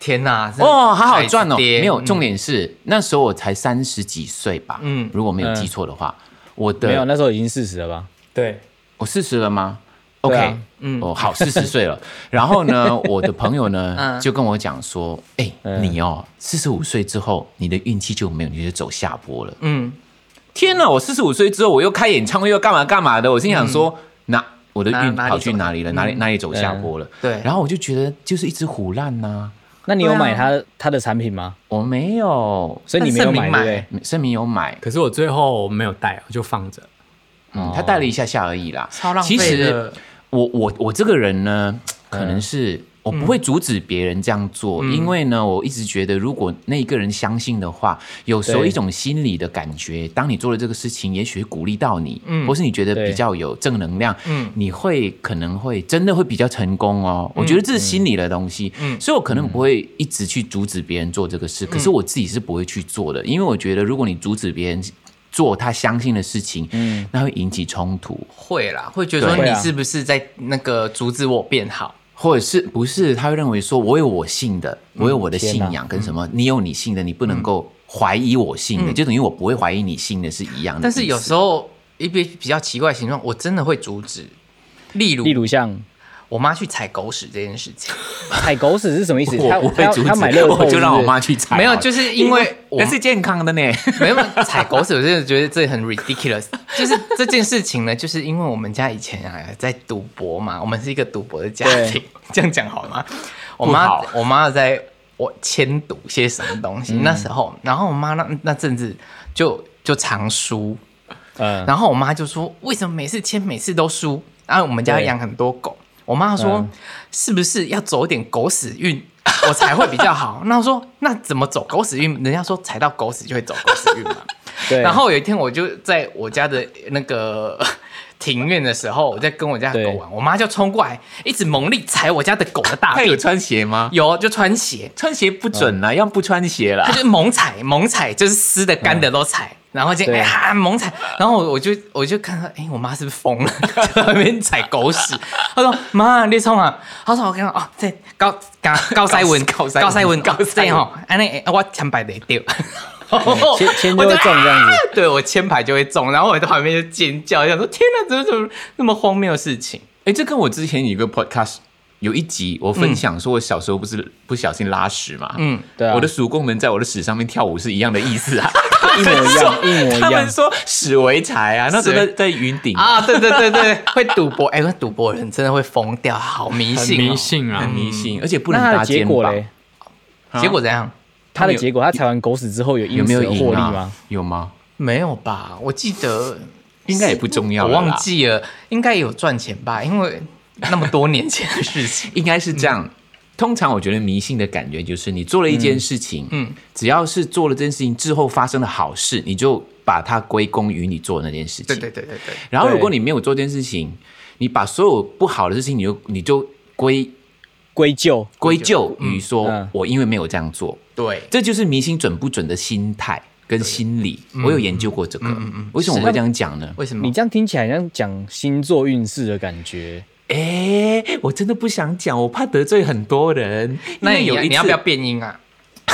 天哪！ 哦，好好赚哦！ 没没有，重点是、嗯、那时候我才三十几岁吧，嗯，如果没有记错的话，嗯、我的没有，那时候已经四十了吧？ 对， 我四十了吗 ？OK，、啊、嗯，哦，好，四十岁了。然后呢，我的朋友呢、嗯、就跟我讲说，哎、欸，嗯、你哦，四十五岁之后，你的运气就没有，你就走下坡了。嗯，天哪！我四十五岁之后，我又开演唱会，又干嘛干嘛的，我心想说，那、嗯、我的运跑去哪里了？哪里哪里走下坡了？ 对。 然后我就觉得就是一直唬烂呐。 那你有买他、啊、他的产品吗？ 我没有， 所以你没有买，对不对？ 盛明有买， 可是我最后没有带，我就放着。 嗯，他带了一下下而已啦， 超浪费的。 其实我我我这个人呢，可能是我不会阻止别人这样做，嗯、因为呢，我一直觉得，如果那一个人相信的话，有时候一种心理的感觉，当你做了这个事情，也许会鼓励到你，嗯、或是你觉得比较有正能量，嗯、你会可能会真的会比较成功哦。嗯、我觉得这是心理的东西，嗯、所以我可能不会一直去阻止别人做这个事，嗯、可是我自己是不会去做的，因为我觉得如果你阻止别人做他相信的事情，嗯，那会引起冲突。 会啦，会觉得说你是不是在那个阻止我变好， 或者是不是？他会认为说我有我信的，嗯、我有我的信仰跟什么，嗯、你有你信的，你不能够怀疑我信的，嗯、就等于我不会怀疑你信的是一样的。 但是有时候一些比较奇怪的形状，我真的会阻止。例如， 例如像我妈去采狗屎这件事情。 采狗屎是什么意思？ 我不会阻止， 她买乐透我就让我妈去采。 没有，就是因为那是健康的呢。 没有采狗屎，我真的觉得这很 ridiculous。就是这件事情呢，就是因为我们家以前啊在赌博嘛，我们是一个赌博的家庭，这样讲好吗？我妈我妈在我签赌些什么东西，嗯、那时候，然后我妈那那阵子就就常输，嗯，然后我妈就说为什么每次签每次都输？然后我们家养很多狗。我妈说：“嗯、是不是要走点狗屎运，我才会比较好？”那我说：“那怎么走狗屎运？人家说踩到狗屎就会走狗屎运嘛。”对。然后有一天，我就在我家的那个庭院的时候，我在跟我家的狗玩，我妈就冲过来，一直猛力踩我家的狗的大便。 她有穿鞋吗？ 有，就穿鞋。 穿鞋不准啦，嗯、要不穿鞋啦。 她就猛踩，猛踩，就是湿的、干的都踩。嗯然后就哎呀猛踩，然后我就我就看到，哎，我妈是不是疯了？在那边踩狗屎。她说：“妈，你冲啊！”她说：“我看到哦，这高高高塞文，高塞高塞文，高塞吼，安尼我签牌得丢， 签签就会中这样子。 对我签牌就会中，然后我在旁边就尖叫，想说：天哪，怎么怎么那么荒谬的事情？ 哎，这跟我之前有一个 podcast。有一集我分享说，我小时候不是不小心拉屎嘛，嗯，对、啊，我的叔公们在我的屎上面跳舞是一样的意思啊， 一模一样，一模一样。 他们说屎为财啊，那时候在在云顶啊，对对对对，会赌博，哎、欸，会赌博的人真的会疯掉，好迷信、喔， 迷信啊， 很迷信，而且不能搭肩膀。 结果怎样？ 他的结果，他踩完狗屎之后有有没有获利吗？ 有吗？ 没有吧？我记得应该也不重要， 我忘记了，应该有赚钱吧？因为。那么多年前的事情， 应该是这样。嗯、通常我觉得迷信的感觉就是，你做了一件事情，嗯，只要是做了这件事情之后发生了好事，你就把它归功于你做的那件事情。 对对对对对。 然后如果你没有做这件事情，你把所有不好的事情，你就你就归归咎归咎于说，嗯、我因为没有这样做。 对， 这就是迷信准不准的心态跟心理。我有研究过这个。嗯嗯嗯、为什么我会这样讲呢？ 为什么？ 你这样听起来像讲星座运势的感觉。 哎、欸，我真的不想讲，我怕得罪很多人。 那你有你要不要变音啊？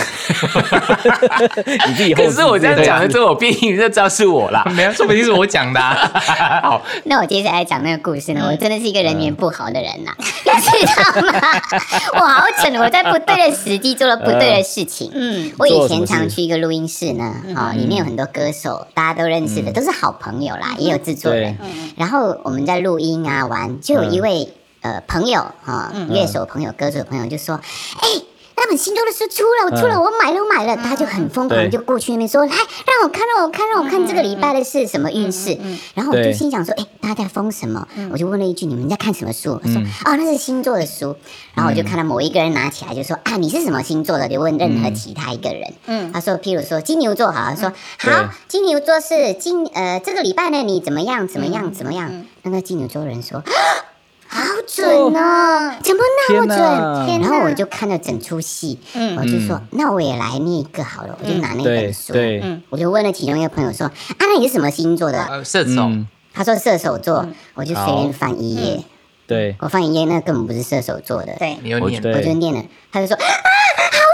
你自己可是我这样讲了之后，我变音，你就知道是我啦。 没有，说不定是我讲的、啊。好， 那我接下来讲那个故事呢？我真的是一个人缘不好的人呐、啊，你知道吗？我好蠢，我在不对的时机做了不对的事情。嗯，我以前常去一个录音室呢，啊、哦，里面有很多歌手，大家都认识的，嗯、都是好朋友啦，也有制作人。然后我们在录音啊玩，就有一位、嗯、呃朋友啊，乐、哦、手朋友、歌手朋友就说，哎、欸。他们新做的书出了，我出了，嗯、我买了，我买了，他就很疯狂，就过去那边说，来让我看，让我看，让我看这个礼拜的是什么运势。嗯嗯嗯、然后我就心想说，哎、欸，大家在疯什么？嗯、我就问了一句，你们在看什么书？他说，嗯、哦，那是星座的书。然后我就看到某一个人拿起来就说，啊，你是什么星座的？就问任何其他一个人。嗯，他说，譬如说金牛座好，他说好，金牛座是今呃这个礼拜呢，你怎么样？怎么样？怎么样？嗯、那个金牛座的人说。好准哦！怎么那么准？天然后我就看了整出戏，嗯、我就说，嗯、那我也来念一个好了，我就拿那本书，嗯、我就问了其中一个朋友说，啊，那你是什么星座的？ 呃，射手。嗯、 他说射手座，嗯、我就随便翻一页， 对， 我翻一页，那根本不是射手座的，对， 你又念， 我就念了，他就说，啊，好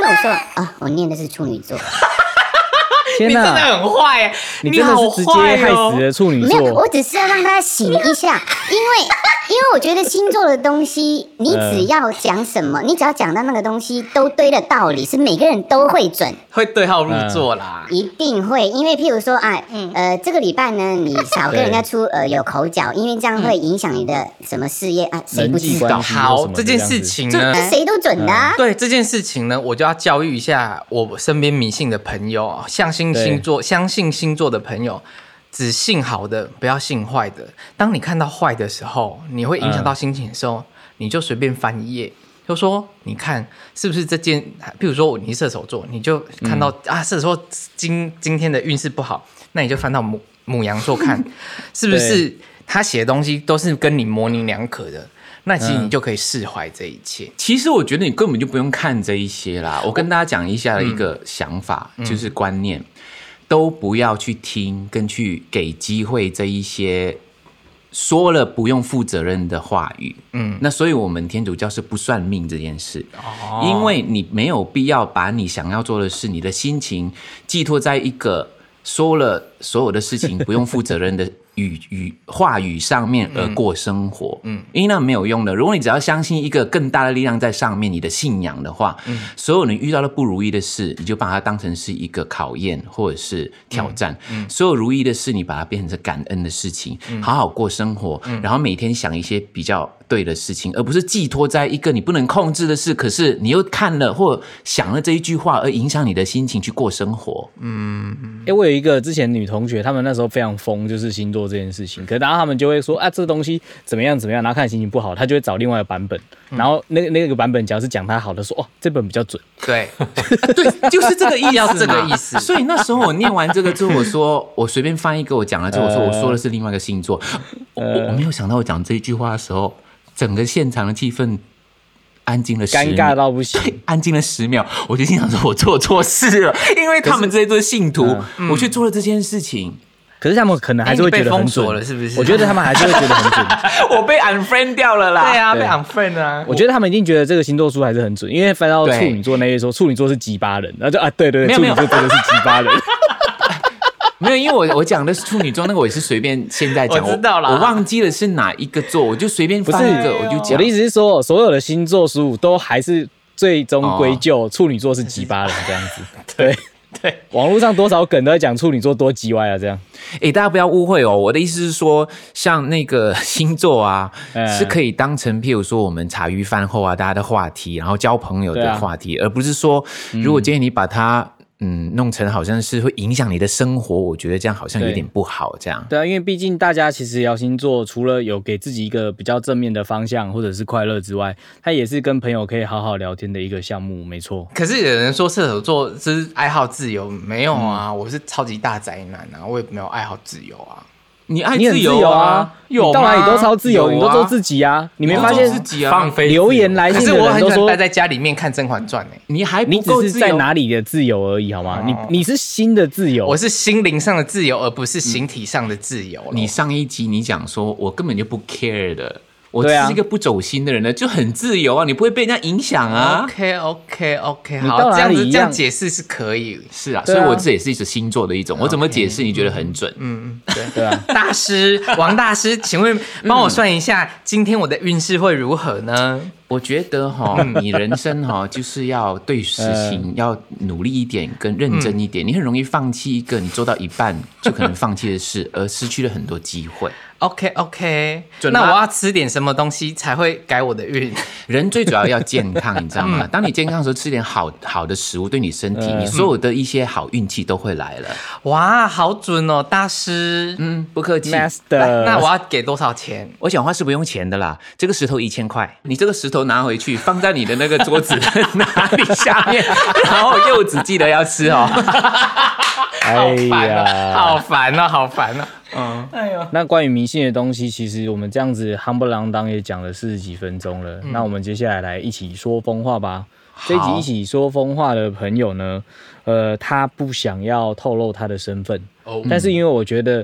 我说啊，我念的是处女座。 你真的很坏耶！ 你真的是直接害死了处女座。 没有，我只是要让他醒一下，因为因为我觉得星座的东西，你只要讲什么，你只要讲到那个东西都对的道理，是每个人都会准， 会对号入座啦， 一定会。因为譬如说啊，呃，这个礼拜呢，你少跟人家出呃有口角，因为这样会影响你的什么事业啊？谁不知道？ 好，这件事情呢， 这谁都准的啊。 对这件事情呢，我就要教育一下我身边迷信的朋友，相信星座、相信星座的朋友，只信好的，不要信坏的。当你看到坏的时候，你会影响到心情的时候，嗯、你就随便翻一页，就说你看是不是这件？譬如说你是射手座，你就看到、嗯、啊，射手座今今天的运势不好，那你就翻到母母羊座看，是不是他写的东西都是跟你模棱两可的？那其实你就可以释怀这一切、嗯。 其实我觉得你根本就不用看这一些啦。我跟大家讲一下一个想法，嗯、就是观念，都不要去听跟去给机会这一些说了不用负责任的话语。嗯，那所以我们天主教是不算命这件事，哦、因为你没有必要把你想要做的事、你的心情寄托在一个说了所有的事情不用负责任的。语语话语上面而过生活，嗯，因为那没有用的。如果你只要相信一个更大的力量在上面，你的信仰的话，嗯，所有你遇到的不如意的事，你就把它当成是一个考验或者是挑战。嗯嗯、所有如意的事，你把它变成感恩的事情，嗯、好好过生活，嗯、然后每天想一些比较对的事情，而不是寄托在一个你不能控制的事。可是你又看了或想了这一句话，而影响你的心情去过生活。嗯， 哎、欸，我有一个之前女同学，她们那时候非常疯，就是星座这件事情，可是然后他们就会说啊，这个东西怎么样怎么样，然后看心情不好，他就会找另外一个版本，嗯、然后那个那个版本只要是讲他好的，说哦这本比较准， 对对，就是这个意思， 要这个意思。 所以那时候我念完这个之后，我说我随便翻一个，我讲了之后，我说我说的是另外一个星座，呃、我我没有想到我讲这一句话的时候，整个现场的气氛。安静了十秒， 尴尬到不行。 安静了十秒，我就心想说，我做错事了，因为他们这些都是信徒，嗯、我去做了这件事情。 可是他们可能还是会觉得很准， 欸、了是不是？ 我觉得他们还是会觉得很准。 我被 unfriend 掉了啦。 对啊，被 unfriend 啊。 我觉得他们一定觉得这个星座书还是很准，因为翻到处女座那页说处女座是鸡巴人，然后就啊，对对对，处女座真的是鸡巴人。 没有，因为我我讲的是处女座，那个我也是随便现在讲， 我知道啦， 我忘记了是哪一个座，我就随便翻一个，我就讲。 我的意思是说，所有的星座书都还是最终归咎、哦、处女座是鸡巴人这样子。对对，网络上多少梗都在讲处女座多鸡歪啊，这样。 哎、欸，大家不要误会哦，我的意思是说，像那个星座啊，嗯、是可以当成譬如说我们茶余饭后啊大家的话题，然后交朋友的话题，啊、而不是说如果今天你把它。嗯，弄成好像是会影响你的生活，我觉得这样好像有点不好。这样对, 对啊，因为毕竟大家其实聊星座，除了有给自己一个比较正面的方向或者是快乐之外，它也是跟朋友可以好好聊天的一个项目，没错。 可是有人说射手座是爱好自由，没有啊，嗯、我是超级大宅男啊，我也没有爱好自由啊。 你爱自由啊？ 有，到哪里都超自由，你都做自己啊！你没发现自己啊？ 放飞留言来信的人都说， 可是我很喜欢待在家里面看《甄嬛传》诶。 你还你只是在哪里的自由而已，好吗？你你是心的自由， 我是心灵上的自由，而不是形体上的自由。 你上一集你讲说，我根本就不 care 的。我是一个不走心的人呢，就很自由啊，你不会被人家影响啊。 OK OK OK， 好，这样子这样解释是可以， 是啊，所以我这也是一种星座的一种。我怎么解释你觉得很准？ 嗯嗯，对对啊。大师王大师，请问帮我算一下，今天我的运势会如何呢？ 我觉得哈，你人生哈就是要对事情要努力一点，跟认真一点。你很容易放弃一个你做到一半就可能放弃的事，而失去了很多机会。 OK OK， 那我要吃点什么东西才会改我的运？ 人最主要要健康，你知道吗？嗯、当你健康的时候，吃点好好的食物，对你身体，嗯、你所有的一些好运气都会来了。 哇，好准哦，大师。 嗯，不客气。 Master， 那我要给多少钱？ 我讲话是不用钱的啦。这个石头一千块，你这个石头拿回去放在你的那个桌子哪里下面，然后柚子记得要吃哦。 哎呀， 好烦哦，好烦哦。嗯， 哎呦，那关于迷信的东西，其实我们这样子夯不啷当也讲了四十几分钟了。嗯、那我们接下来来一起说疯话吧。这一集一起说疯话的朋友呢，呃，他不想要透露他的身份，哦、但是因为我觉得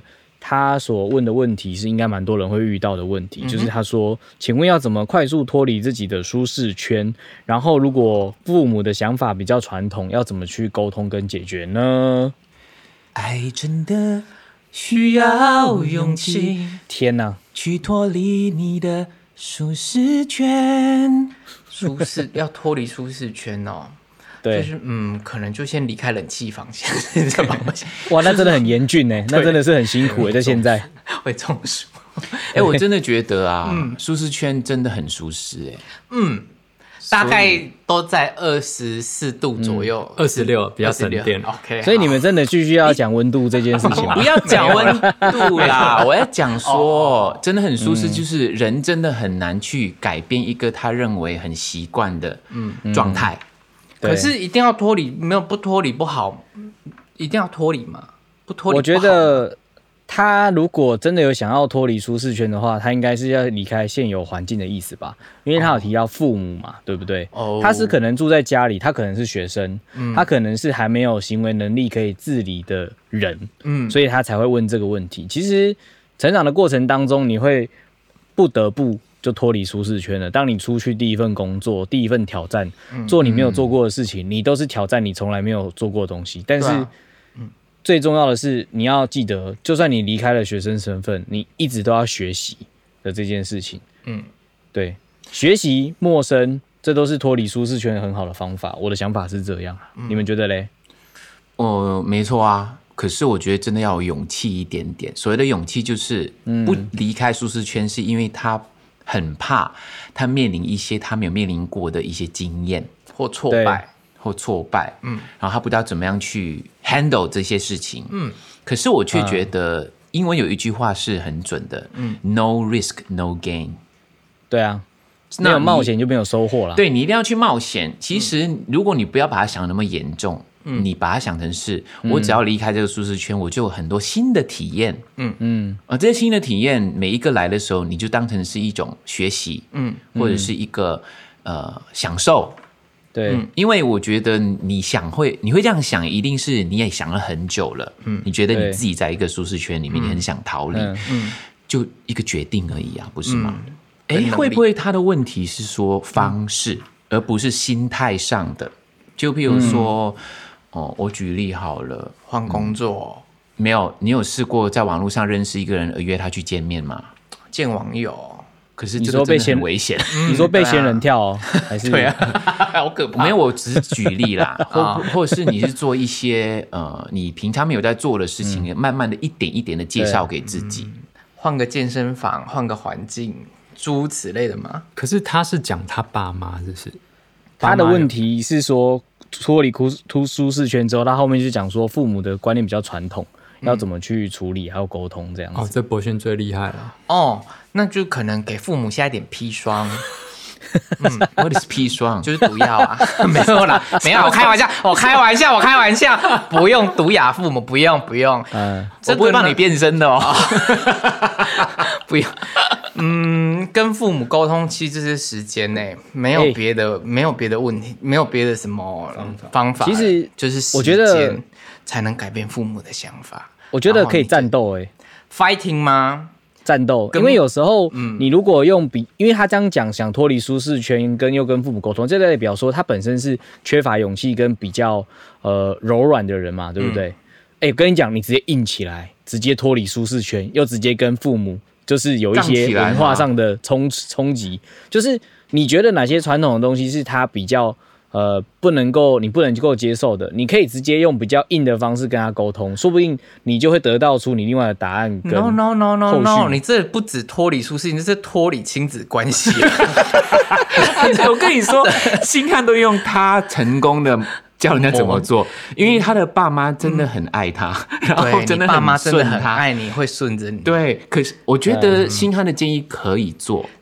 他所问的问题是应该蛮多人会遇到的问题，嗯、就是他说：“请问要怎么快速脱离自己的舒适圈？然后如果父母的想法比较传统，要怎么去沟通跟解决呢？” 爱真的需要勇气， 天哪！ 去脱离你的舒适圈， 舒适要脱离舒适圈哦。 对， 就是嗯，可能就先离开冷气房先，这样哇，那真的很严峻呢，那真的是很辛苦哎，在现在会中暑。 哎、欸，我真的觉得啊，嗯、舒适圈真的很舒适哎。 嗯，大概都在二十四度左右， 二十六比较省电。 OK， 所以你们真的继续要讲温度这件事情吗？ 不要讲温度啦，我要讲说，真的很舒适，就是人真的很难去改变一个他认为很习惯的状态。嗯可是一定要脱离，没有不脱离不好，一定要脱离嘛？不脱离不好。 我觉得他如果真的有想要脱离舒适圈的话，他应该是要离开现有环境的意思吧？因为他有提到父母嘛，哦、对不对？哦，他是可能住在家里，他可能是学生，嗯、他可能是还没有行为能力可以自理的人，嗯，所以他才会问这个问题。其实成长的过程当中，你会不得不。就脱离舒适圈了。当你出去第一份工作、第一份挑战，嗯、做你没有做过的事情，嗯、你都是挑战你从来没有做过的东西。但是，啊嗯、最重要的是，你要记得，就算你离开了学生身份，你一直都要学习的这件事情。嗯，对，学习、陌生，这都是脱离舒适圈很好的方法。我的想法是这样，嗯、你们觉得嘞？ 哦，没错啊。可是我觉得真的要有勇气一点点。所谓的勇气，就是不离开舒适圈，是因为他。很怕他面临一些他没有面临过的一些经验或挫败或挫败，嗯，然后他不知道怎么样去 handle 这些事情，嗯，可是我却觉得英文有一句话是很准的，嗯 ，no risk no gain， 对啊，没有冒险就没有收获啦。 对，你一定要去冒险。其实如果你不要把它想得那么严重。嗯、你把它想成是，我只要离开这个舒适圈，嗯、我就有很多新的体验。嗯嗯，而这些新的体验，每一个来的时候，你就当成是一种学习，嗯，或者是一个呃享受。 对、嗯， 因为我觉得你想会，你会这样想，一定是你也想了很久了。嗯，你觉得你自己在一个舒适圈里面，你很想逃离，嗯，就一个决定而已啊，不是吗？哎、嗯，会不会他的问题是说方式，嗯、而不是心态上的？就譬如说。嗯哦，我举例好了， 换工作、嗯、 没有？你有试过在网络上认识一个人而约他去见面吗？ 见网友， 可是这个真的很危险。 你说被仙人跳、哦嗯啊、还是？ 对啊，好可怕。 没有，我只是举例啦，或或是你是做一些呃你平常没有在做的事情，嗯、慢慢的一点一点的介绍给自己， 换、嗯、个健身房，换个环境，诸如此类的嘛。 可是他是讲他爸妈，是不是？ 他的问题是说。脱离舒适圈之后，他后面就讲说父母的观念比较传统，嗯、要怎么去处理还有沟通这样子。 哦，这博轩最厉害了。 哦，那就可能给父母下一点砒霜。 嗯 ，What is 砒霜？ 就是毒药啊。没有啦，没有，我开玩笑，我开玩笑，我开玩笑，不用毒哑父母，不用不用。 嗯，我不会帮你变身的哦。 不用。嗯，跟父母沟通其实是时间内，没有别的，欸、没有别的问题，没有别的什么方法。 其实就是时间才能改变父母的想法。 我觉得可以战斗，哎 ，fighting 吗？ 战斗，因为有时候你如果用比，因为他这样讲，想脱离舒适圈，跟又跟父母沟通，这代表说他本身是缺乏勇气跟比较呃柔软的人嘛，对不对？哎、嗯，欸，跟你讲，你直接硬起来，直接脱离舒适圈，又直接跟父母。就是有一些文化上的冲冲击，就是你觉得哪些传统的东西是他比较呃不能够你不能够接受的，你可以直接用比较硬的方式跟他沟通，说不定你就会得到出你另外的答案跟 no no no no no， 你这不止脱离舒适，你这是脱离亲子关系。 我跟你说，星汉都用他成功的。教人家怎么做，因为他的爸妈真的很爱他，嗯、然后真的很顺他， 爸妈真的很爱你，会顺着你。 对，可是我觉得星汉的建议可以做，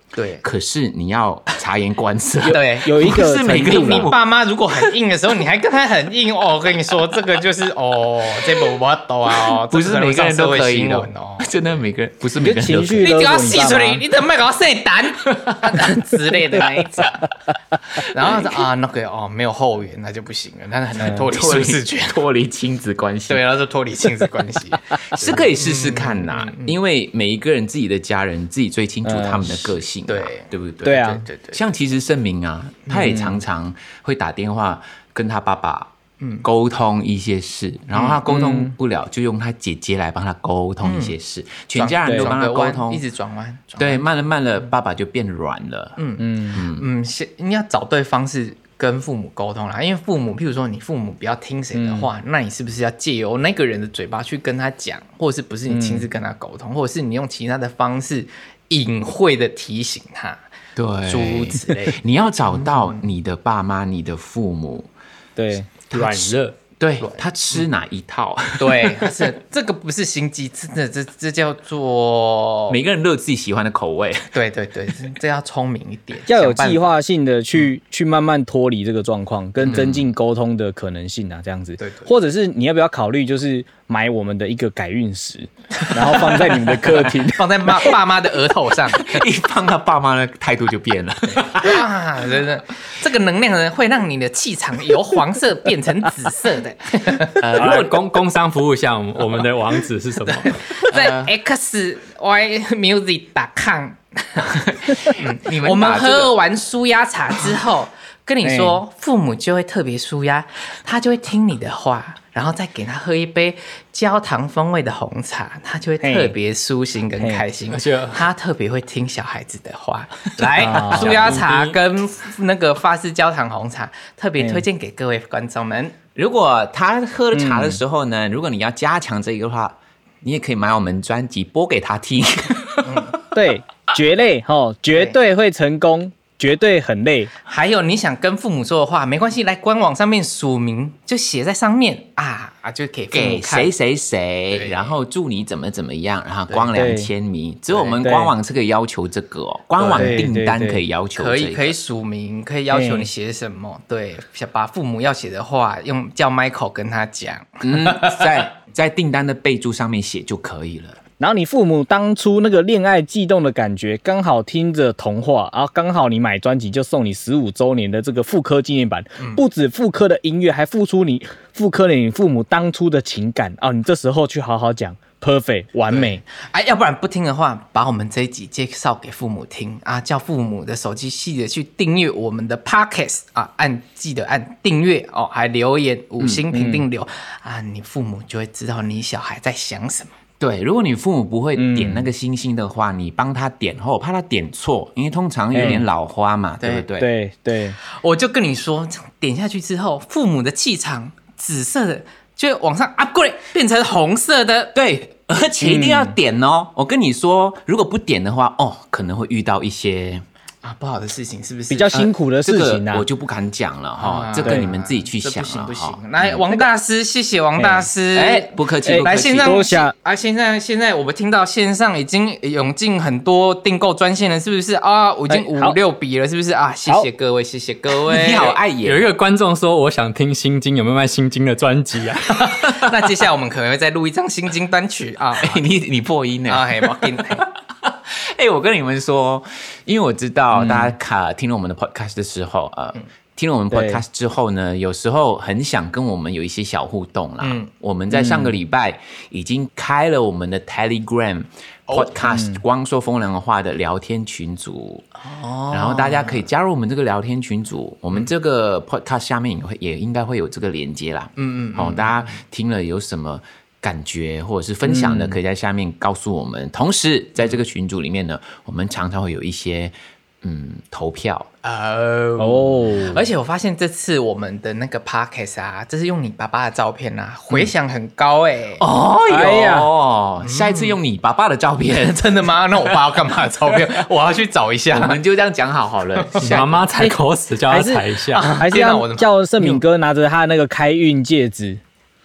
对， 可是你要察言观色。 对， 有一个不是每个程度啦你爸妈如果很硬的时候，你还跟他很硬哦，我跟你说，这个就是哦，这不我懂啊，哦， 不是每个人都可以的哦。 真的每个人不是每个人都可以。 情绪你只要勒索你爸细出来， 妈， 你怎么给我生蛋之类的那一种，然后啊那个哦没有后援那就不行了，那很难脱离舒适圈， 脱离亲子关系。 对，然后就脱离亲子关系， 是可以试试看呐，因为每一个人自己的家人自己最清楚他们的个性， 对对不对？ 对啊， 对对， 像其实盛明啊，他也常常会打电话跟他爸爸。沟通一些事，然后他沟通不了，就用他姐姐来帮他沟通一些事，全家人都帮他沟通， 一直转弯， 对，慢了慢了，爸爸就变软了。嗯嗯嗯，先你要找对方式跟父母沟通啦，因为父母，譬如说你父母不要听谁的话，那你是不是要借由那个人的嘴巴去跟他讲，或者是不是你亲自跟他沟通，或者是你用其他的方式隐晦的提醒他， 对， 诸如此类。 你要找到你的爸妈、你的父母， 对， 软热， 对他吃哪一套？ 对，是这个不是心机，真的这这叫做每个人都有自己喜欢的口味。 对对对，这要聪明一点， 要有计划性的去去慢慢脱离这个状况，跟增进沟通的可能性啊，这样子。 对对， 或者是你要不要考虑，就是买我们的一个改运石，然后放在你们的客厅， 放在妈爸妈的额头上， 一放他爸妈的态度就变了。 啊，真的，这个能量呢会让你的气场由黄色变成紫色的。 呃，如果工工商服务一下，我们我们的网址是什么？ 在 x y music dot com， 你们我们把这个喝完舒压茶之后，跟你说，父母就会特别舒压，他就会听你的话，然后再给他喝一杯焦糖风味的红茶，他就会特别舒心跟开心， 而且他特别会听小孩子的话。来， 啊舒压茶跟那个法式焦糖红茶，特别推荐给各位观众们。 如果他喝茶的时候呢，如果你要加强这个的话，你也可以买我们专辑播给他听。 对，绝累哦，绝对会成功，绝对很累。 还有你想跟父母说的话，没关系，来官网上面署名，就写在上面啊啊，就给父母给看谁谁谁， 对然后祝你怎么怎么样，然后光良签名，只有我们对官网是可以要求这个哦，官网订单可以要求这个， 可以可以署名，可以要求你写什么，对，把父母要写的话用叫 Michael 跟他讲， 嗯，在在订单的备注上面写就可以了。 然后你父母当初那个恋爱悸动的感觉，刚好听着童话，然后刚好你买专辑就送你十五周年的这个复刻纪念版， 嗯不止复刻的音乐，还付出你复刻了你父母当初的情感哦，你这时候去好好讲 ，perfect 完美。 哎，要不然不听的话，把我们这一集介绍给父母听啊，叫父母的手机记得去订阅我们的 podcast 啊，按记得按订阅哦，还留言五星评定留、嗯、啊，你父母就会知道你小孩在想什么。 对，如果你父母不会点那个星星的话，嗯、你帮他点后，怕他点错，因为通常有点老花嘛， 对对不对？ 对对， 我就跟你说，点下去之后，父母的气场紫色的就往上 upgrade 变成红色的， 对，而且一定要点哦。嗯、我跟你说，如果不点的话，哦，可能会遇到一些。 啊，不好的事情是不是比较辛苦的事情啊？ 呃这个、我就不敢讲了哈， 啊、 这个你们自己去想了。 不行不行，来，王大师，谢谢王大师。 哎，不客气，不客气。 来，线上多下啊，现在现在我们听到线上已经涌进很多订购专线了，是不是啊？我已经五六笔了，是不是啊？谢谢各位，谢谢各位。 你好爱演。 有一个观众说，我想听心经，有没有卖心经的专辑啊？ 那接下来我们可能会再录一张心经单曲啊。 哎，你你破音了啊，嘿，我给你。 哎、欸，我跟你们说，因为我知道大家卡听了我们的 podcast 的时候，呃，嗯、听了我们 podcast 之后呢，有时候很想跟我们有一些小互动啦。嗯，我们在上个礼拜已经开了我们的 Telegram podcast、哦、光说风凉话的聊天群组，哦，然后大家可以加入我们这个聊天群组，我们这个 podcast 下面也会也应该会有这个连接啦。嗯嗯，好、哦，大家听了有什么感觉或者是分享的，可以在下面告诉我们。嗯、同时，在这个群组里面呢，我们常常会有一些嗯投票哦哦。而且我发现这次我们的那个 podcast 啊，这是用你爸爸的照片啊，回响很高哎、欸。 哦哎呀，下一次用你爸爸的照片， 真的吗？那我爸要干嘛的照片？我要去找一下。 我们就这样讲好好了。 妈妈踩口屎，叫他踩一下， 还是要叫盛敏哥拿着他那个开运戒指。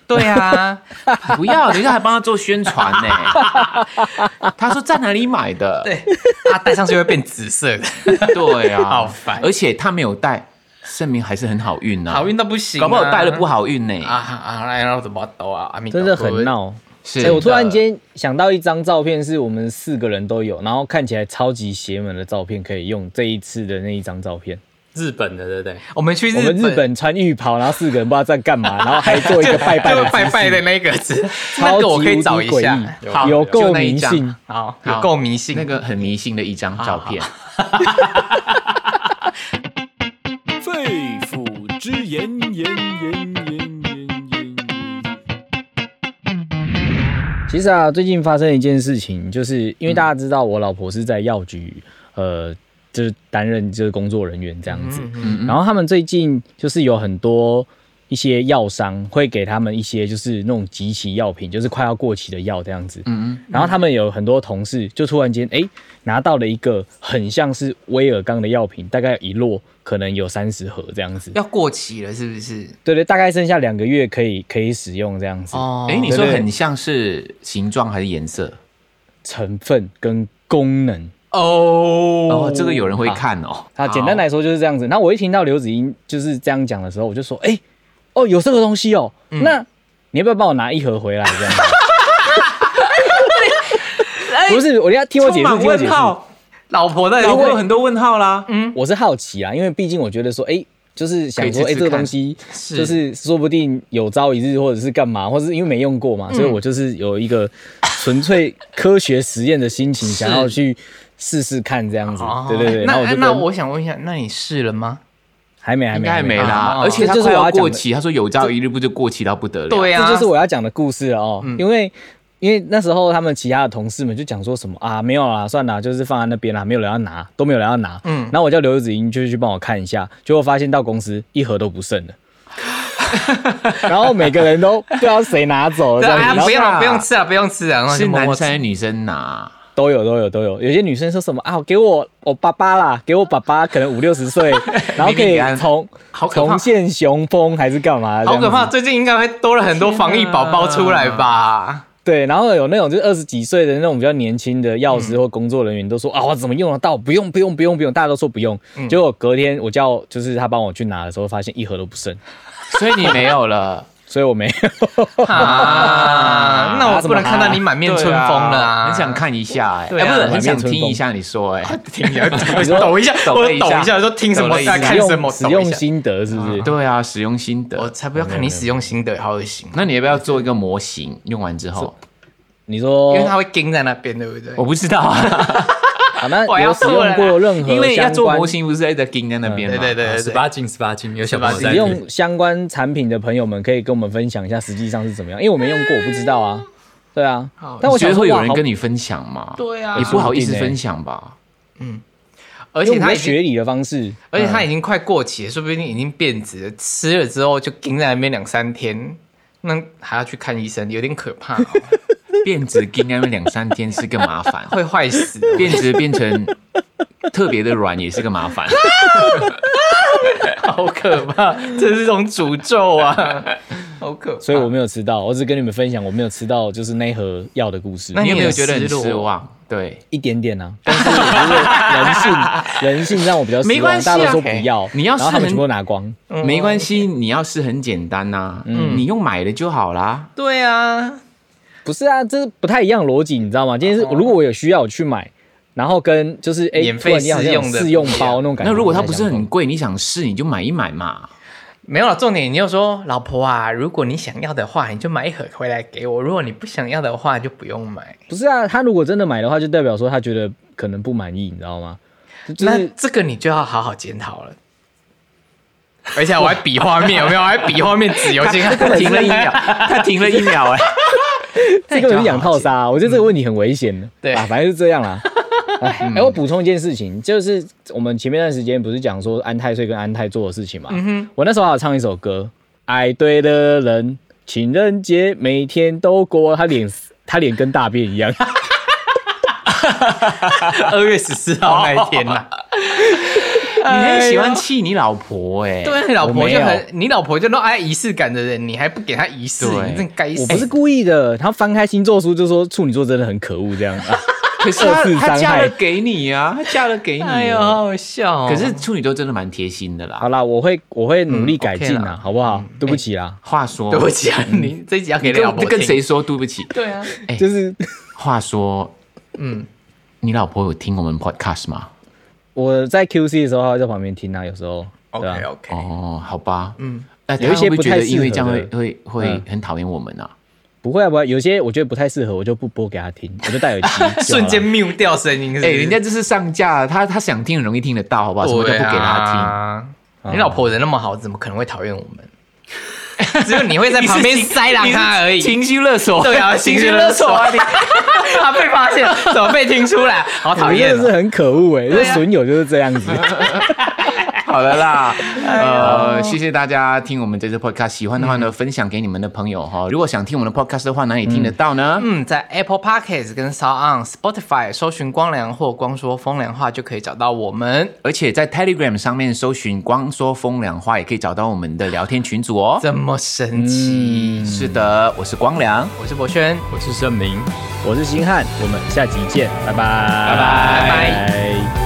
对啊， 不要，等一下还帮他做宣传呢。他说在哪里买的？ 对，他戴上去会变紫色的。 对啊， 好烦。 而且他没有戴，证明还是很好运啊， 好运到不行、啊， 搞不好戴了不好运呢。 啊啊！那我怎么抖啊？ 真的很闹。 是， 欸，我突然间想到一张照片，是我们四个人都有，然后看起来超级邪门的照片，可以用这一次的那一张照片。 日本的对不对？ 我们去日本，我们日本穿浴袍，然后四个人不知道在干嘛，然后还做一个拜拜的拜拜的那个字， 那个我可以找一下， 有够迷信， 好，有够迷信， 那个很迷信的一张照片。 肺腑之言，言言言言言。 其实啊，最近发生一件事情，就是因为大家知道我老婆是在药局，呃。就是担任就是工作人员这样子，嗯嗯然后他们最近就是有很多一些药商会给他们一些就是那种即期药品，就是快要过期的药这样子，嗯嗯然后他们有很多同事就突然间哎拿到了一个很像是威尔刚的药品，大概一摞可能有三十盒这样子， 要过期了是不是？ 对对，大概剩下两个月可以可以使用这样子。 哦，哎，你说很像是形状还是颜色？ 成分跟功能。 哦哦，这个有人会看哦。 啊，简单来说就是这样子。然后我一听到刘子英就是这样讲的时候，我就说，哎、欸，哦，有这个东西哦，嗯、那你要不要帮我拿一盒回来？这样子。不是，我要听我解释，听我解释。 老婆的， 老婆有很多问号啦。 嗯，我是好奇啊，因为毕竟我觉得说，哎、欸。就是想说，哎、欸，这个东西就是说不定有朝一日，或者是干嘛，或者是因为没用过嘛，嗯、所以我就是有一个纯粹科学实验的心情，想要去试试看这样子。哦、对对对， 那我就那我想问一下，那你试了吗？ 还没，还没， 还没啦。而且它快要过期，他说有朝一日不就过期到不得了？ 对啊， 这就是我要讲的故事了哦，嗯、因为。因为那时候他们其他的同事们就讲说什么啊，没有啦，算啦，就是放在那边啦，没有人要拿，都没有人要拿。嗯，然后我叫刘子英就去帮我看一下，结果发现到公司一盒都不剩了，然后每个人都不知道谁拿走了。 对啊，不用不用吃啊，不用吃啊， 是男生还是女生拿？ 都有都有都有，有些女生说什么啊，给我我爸爸啦，给我爸爸可能五六十岁，然后可以重重现雄风还是干嘛？ 好可怕！最近应该会多了很多防疫宝宝出来吧？ 对，然后有那种就是二十几岁的那种比较年轻的药师或工作人员都说、嗯、啊，我怎么用得到？不用不用不用不用，大家都说不用。嗯、结果隔天我叫就是他帮我去拿的时候，发现一盒都不剩， 所以你没有了， 所以我没有啊。那我不能看到你满面春风了啊！ 很想看一下哎、欸，哎、啊欸、不是很想听一下你说哎、欸， 听一下，抖一下，我抖一下，说听什么？在看什么？ 使用心得是不是？ 对啊，使用心得。 我才不要看你使用心得，好恶心。 那你要不要做一个模型？用完之后， 你说， 因为它会钉在那边，对不对？ 我不知道啊。 好，那有使用过任何？ 因为要做模型，不是一直钉在那边吗？ 对对对， 十八禁，十八禁，有小朋友在使用相关产品的朋友们，可以跟我们分享一下实际上是怎么样？因为我没用过，我不知道啊。对啊， 但我觉得会有人跟你分享吗？ 对啊， 你不好意思分享吧？ 嗯，而且它学理的方式， 而且它已经快过期了，说不定已经变质了，吃了之后就钉在那边两三天，那还要去看医生，有点可怕。 变质钉在那边两三天是个麻烦， 会坏死。 变质变成特别的软也是个麻烦。 好可怕，这是一种诅咒啊！好可怕， 所以我没有吃到，我只跟你们分享我没有吃到，就是那一盒药的故事。 那你有没有觉得很失望？对， 一点点啊。但是我觉得人性，人性让我比较失望。没关系、啊，大家都说不要， 你要是然后他们全部拿光， 嗯、没关系，你要是很简单呐、啊，嗯，你用买的就好啦。 对啊， 不是啊，这是不太一样逻辑，你知道吗？今天是、哦、如果我有需要，我去买。然后跟就是哎， 免费试用的试用包那种感觉。 那如果它不是很贵，你想试你就买一买嘛。 没有了，重点你就说老婆啊，如果你想要的话，你就买一盒回来给我；如果你不想要的话，就不用买。 不是啊，他如果真的买的话，就代表说他觉得可能不满意，你知道吗？ 就是、那这个你就要好好检讨了。而且我还比画面，有没有？我还比画面自由性， 他停了一秒，他停了一秒、欸， 哎，这根本是养套杀、啊。我觉得这个问题很危险的。 对啊，反正是这样啦。哎、嗯欸，我补充一件事情，就是我们前面段时间不是讲说安太岁跟安太做的事情嘛？嗯、我那时候还有唱一首歌，爱对的人，情人节每天都过，他脸他脸跟大便一样。 二月十四号那一天呐、啊， 很喜欢气你老婆哎、欸。 对，你老婆就我没很，你老婆就都爱仪式感的人，你还不给她仪式， 对你真该死。 我不是故意的，他翻开星座书就说处女座真的很可恶这样。啊可是他二次伤害他嫁了给你啊，他嫁了给你、啊。 哎呦，好好笑、哦。 可是处女座真的蛮贴心的啦。 好啦，我会我会努力改进嗯，OK 啦， 啦好不好？对不起啦， 话说， 对不起啊，你这一集要给你跟你老婆听跟谁说对不起？ 对啊， 哎就是话说， 嗯， 你老婆有听我们 podcast 吗？ 我在 Q C 的时候，他会在旁边听啊，有时候。对啊 OK OK， 哦，好吧， 嗯， 那有一些他会不会觉得不太适合因为这样会的会会嗯很讨厌我们啊？ 不会啊，不会，有些我觉得不太适合，我就不播给他听，我就戴耳机就好了。 瞬间 mute 掉声音是不哎、 是， 人家这是上架，他他想听很容易听得到，好不好？什么都不给他他听。你老婆人那么好，怎么可能会讨厌我们？只有你会在听。 旁边塞狼他而已。 情绪勒索， 对啊，情绪勒索啊！你他被发现，怎么被听出来？好讨厌哦！ 真的是很可恶哎，这损友就是这样子。 好了啦，呃，谢谢大家听我们这次 podcast， 喜欢的话呢，分享给你们的朋友哈。如果想听我们的 podcast 的话，哪里听得到呢？ 嗯，在 Apple Podcast 跟 SoundOn、Spotify 搜寻光良或光说风凉话就可以找到我们。 而且在 Telegram 上面搜寻光说风凉话，也可以找到我们的聊天群组哦。 这么神奇！ 是的，我是光良， 我是博轩， 我是盛明。 我是星汉，我们下集见，拜拜， 拜拜拜拜。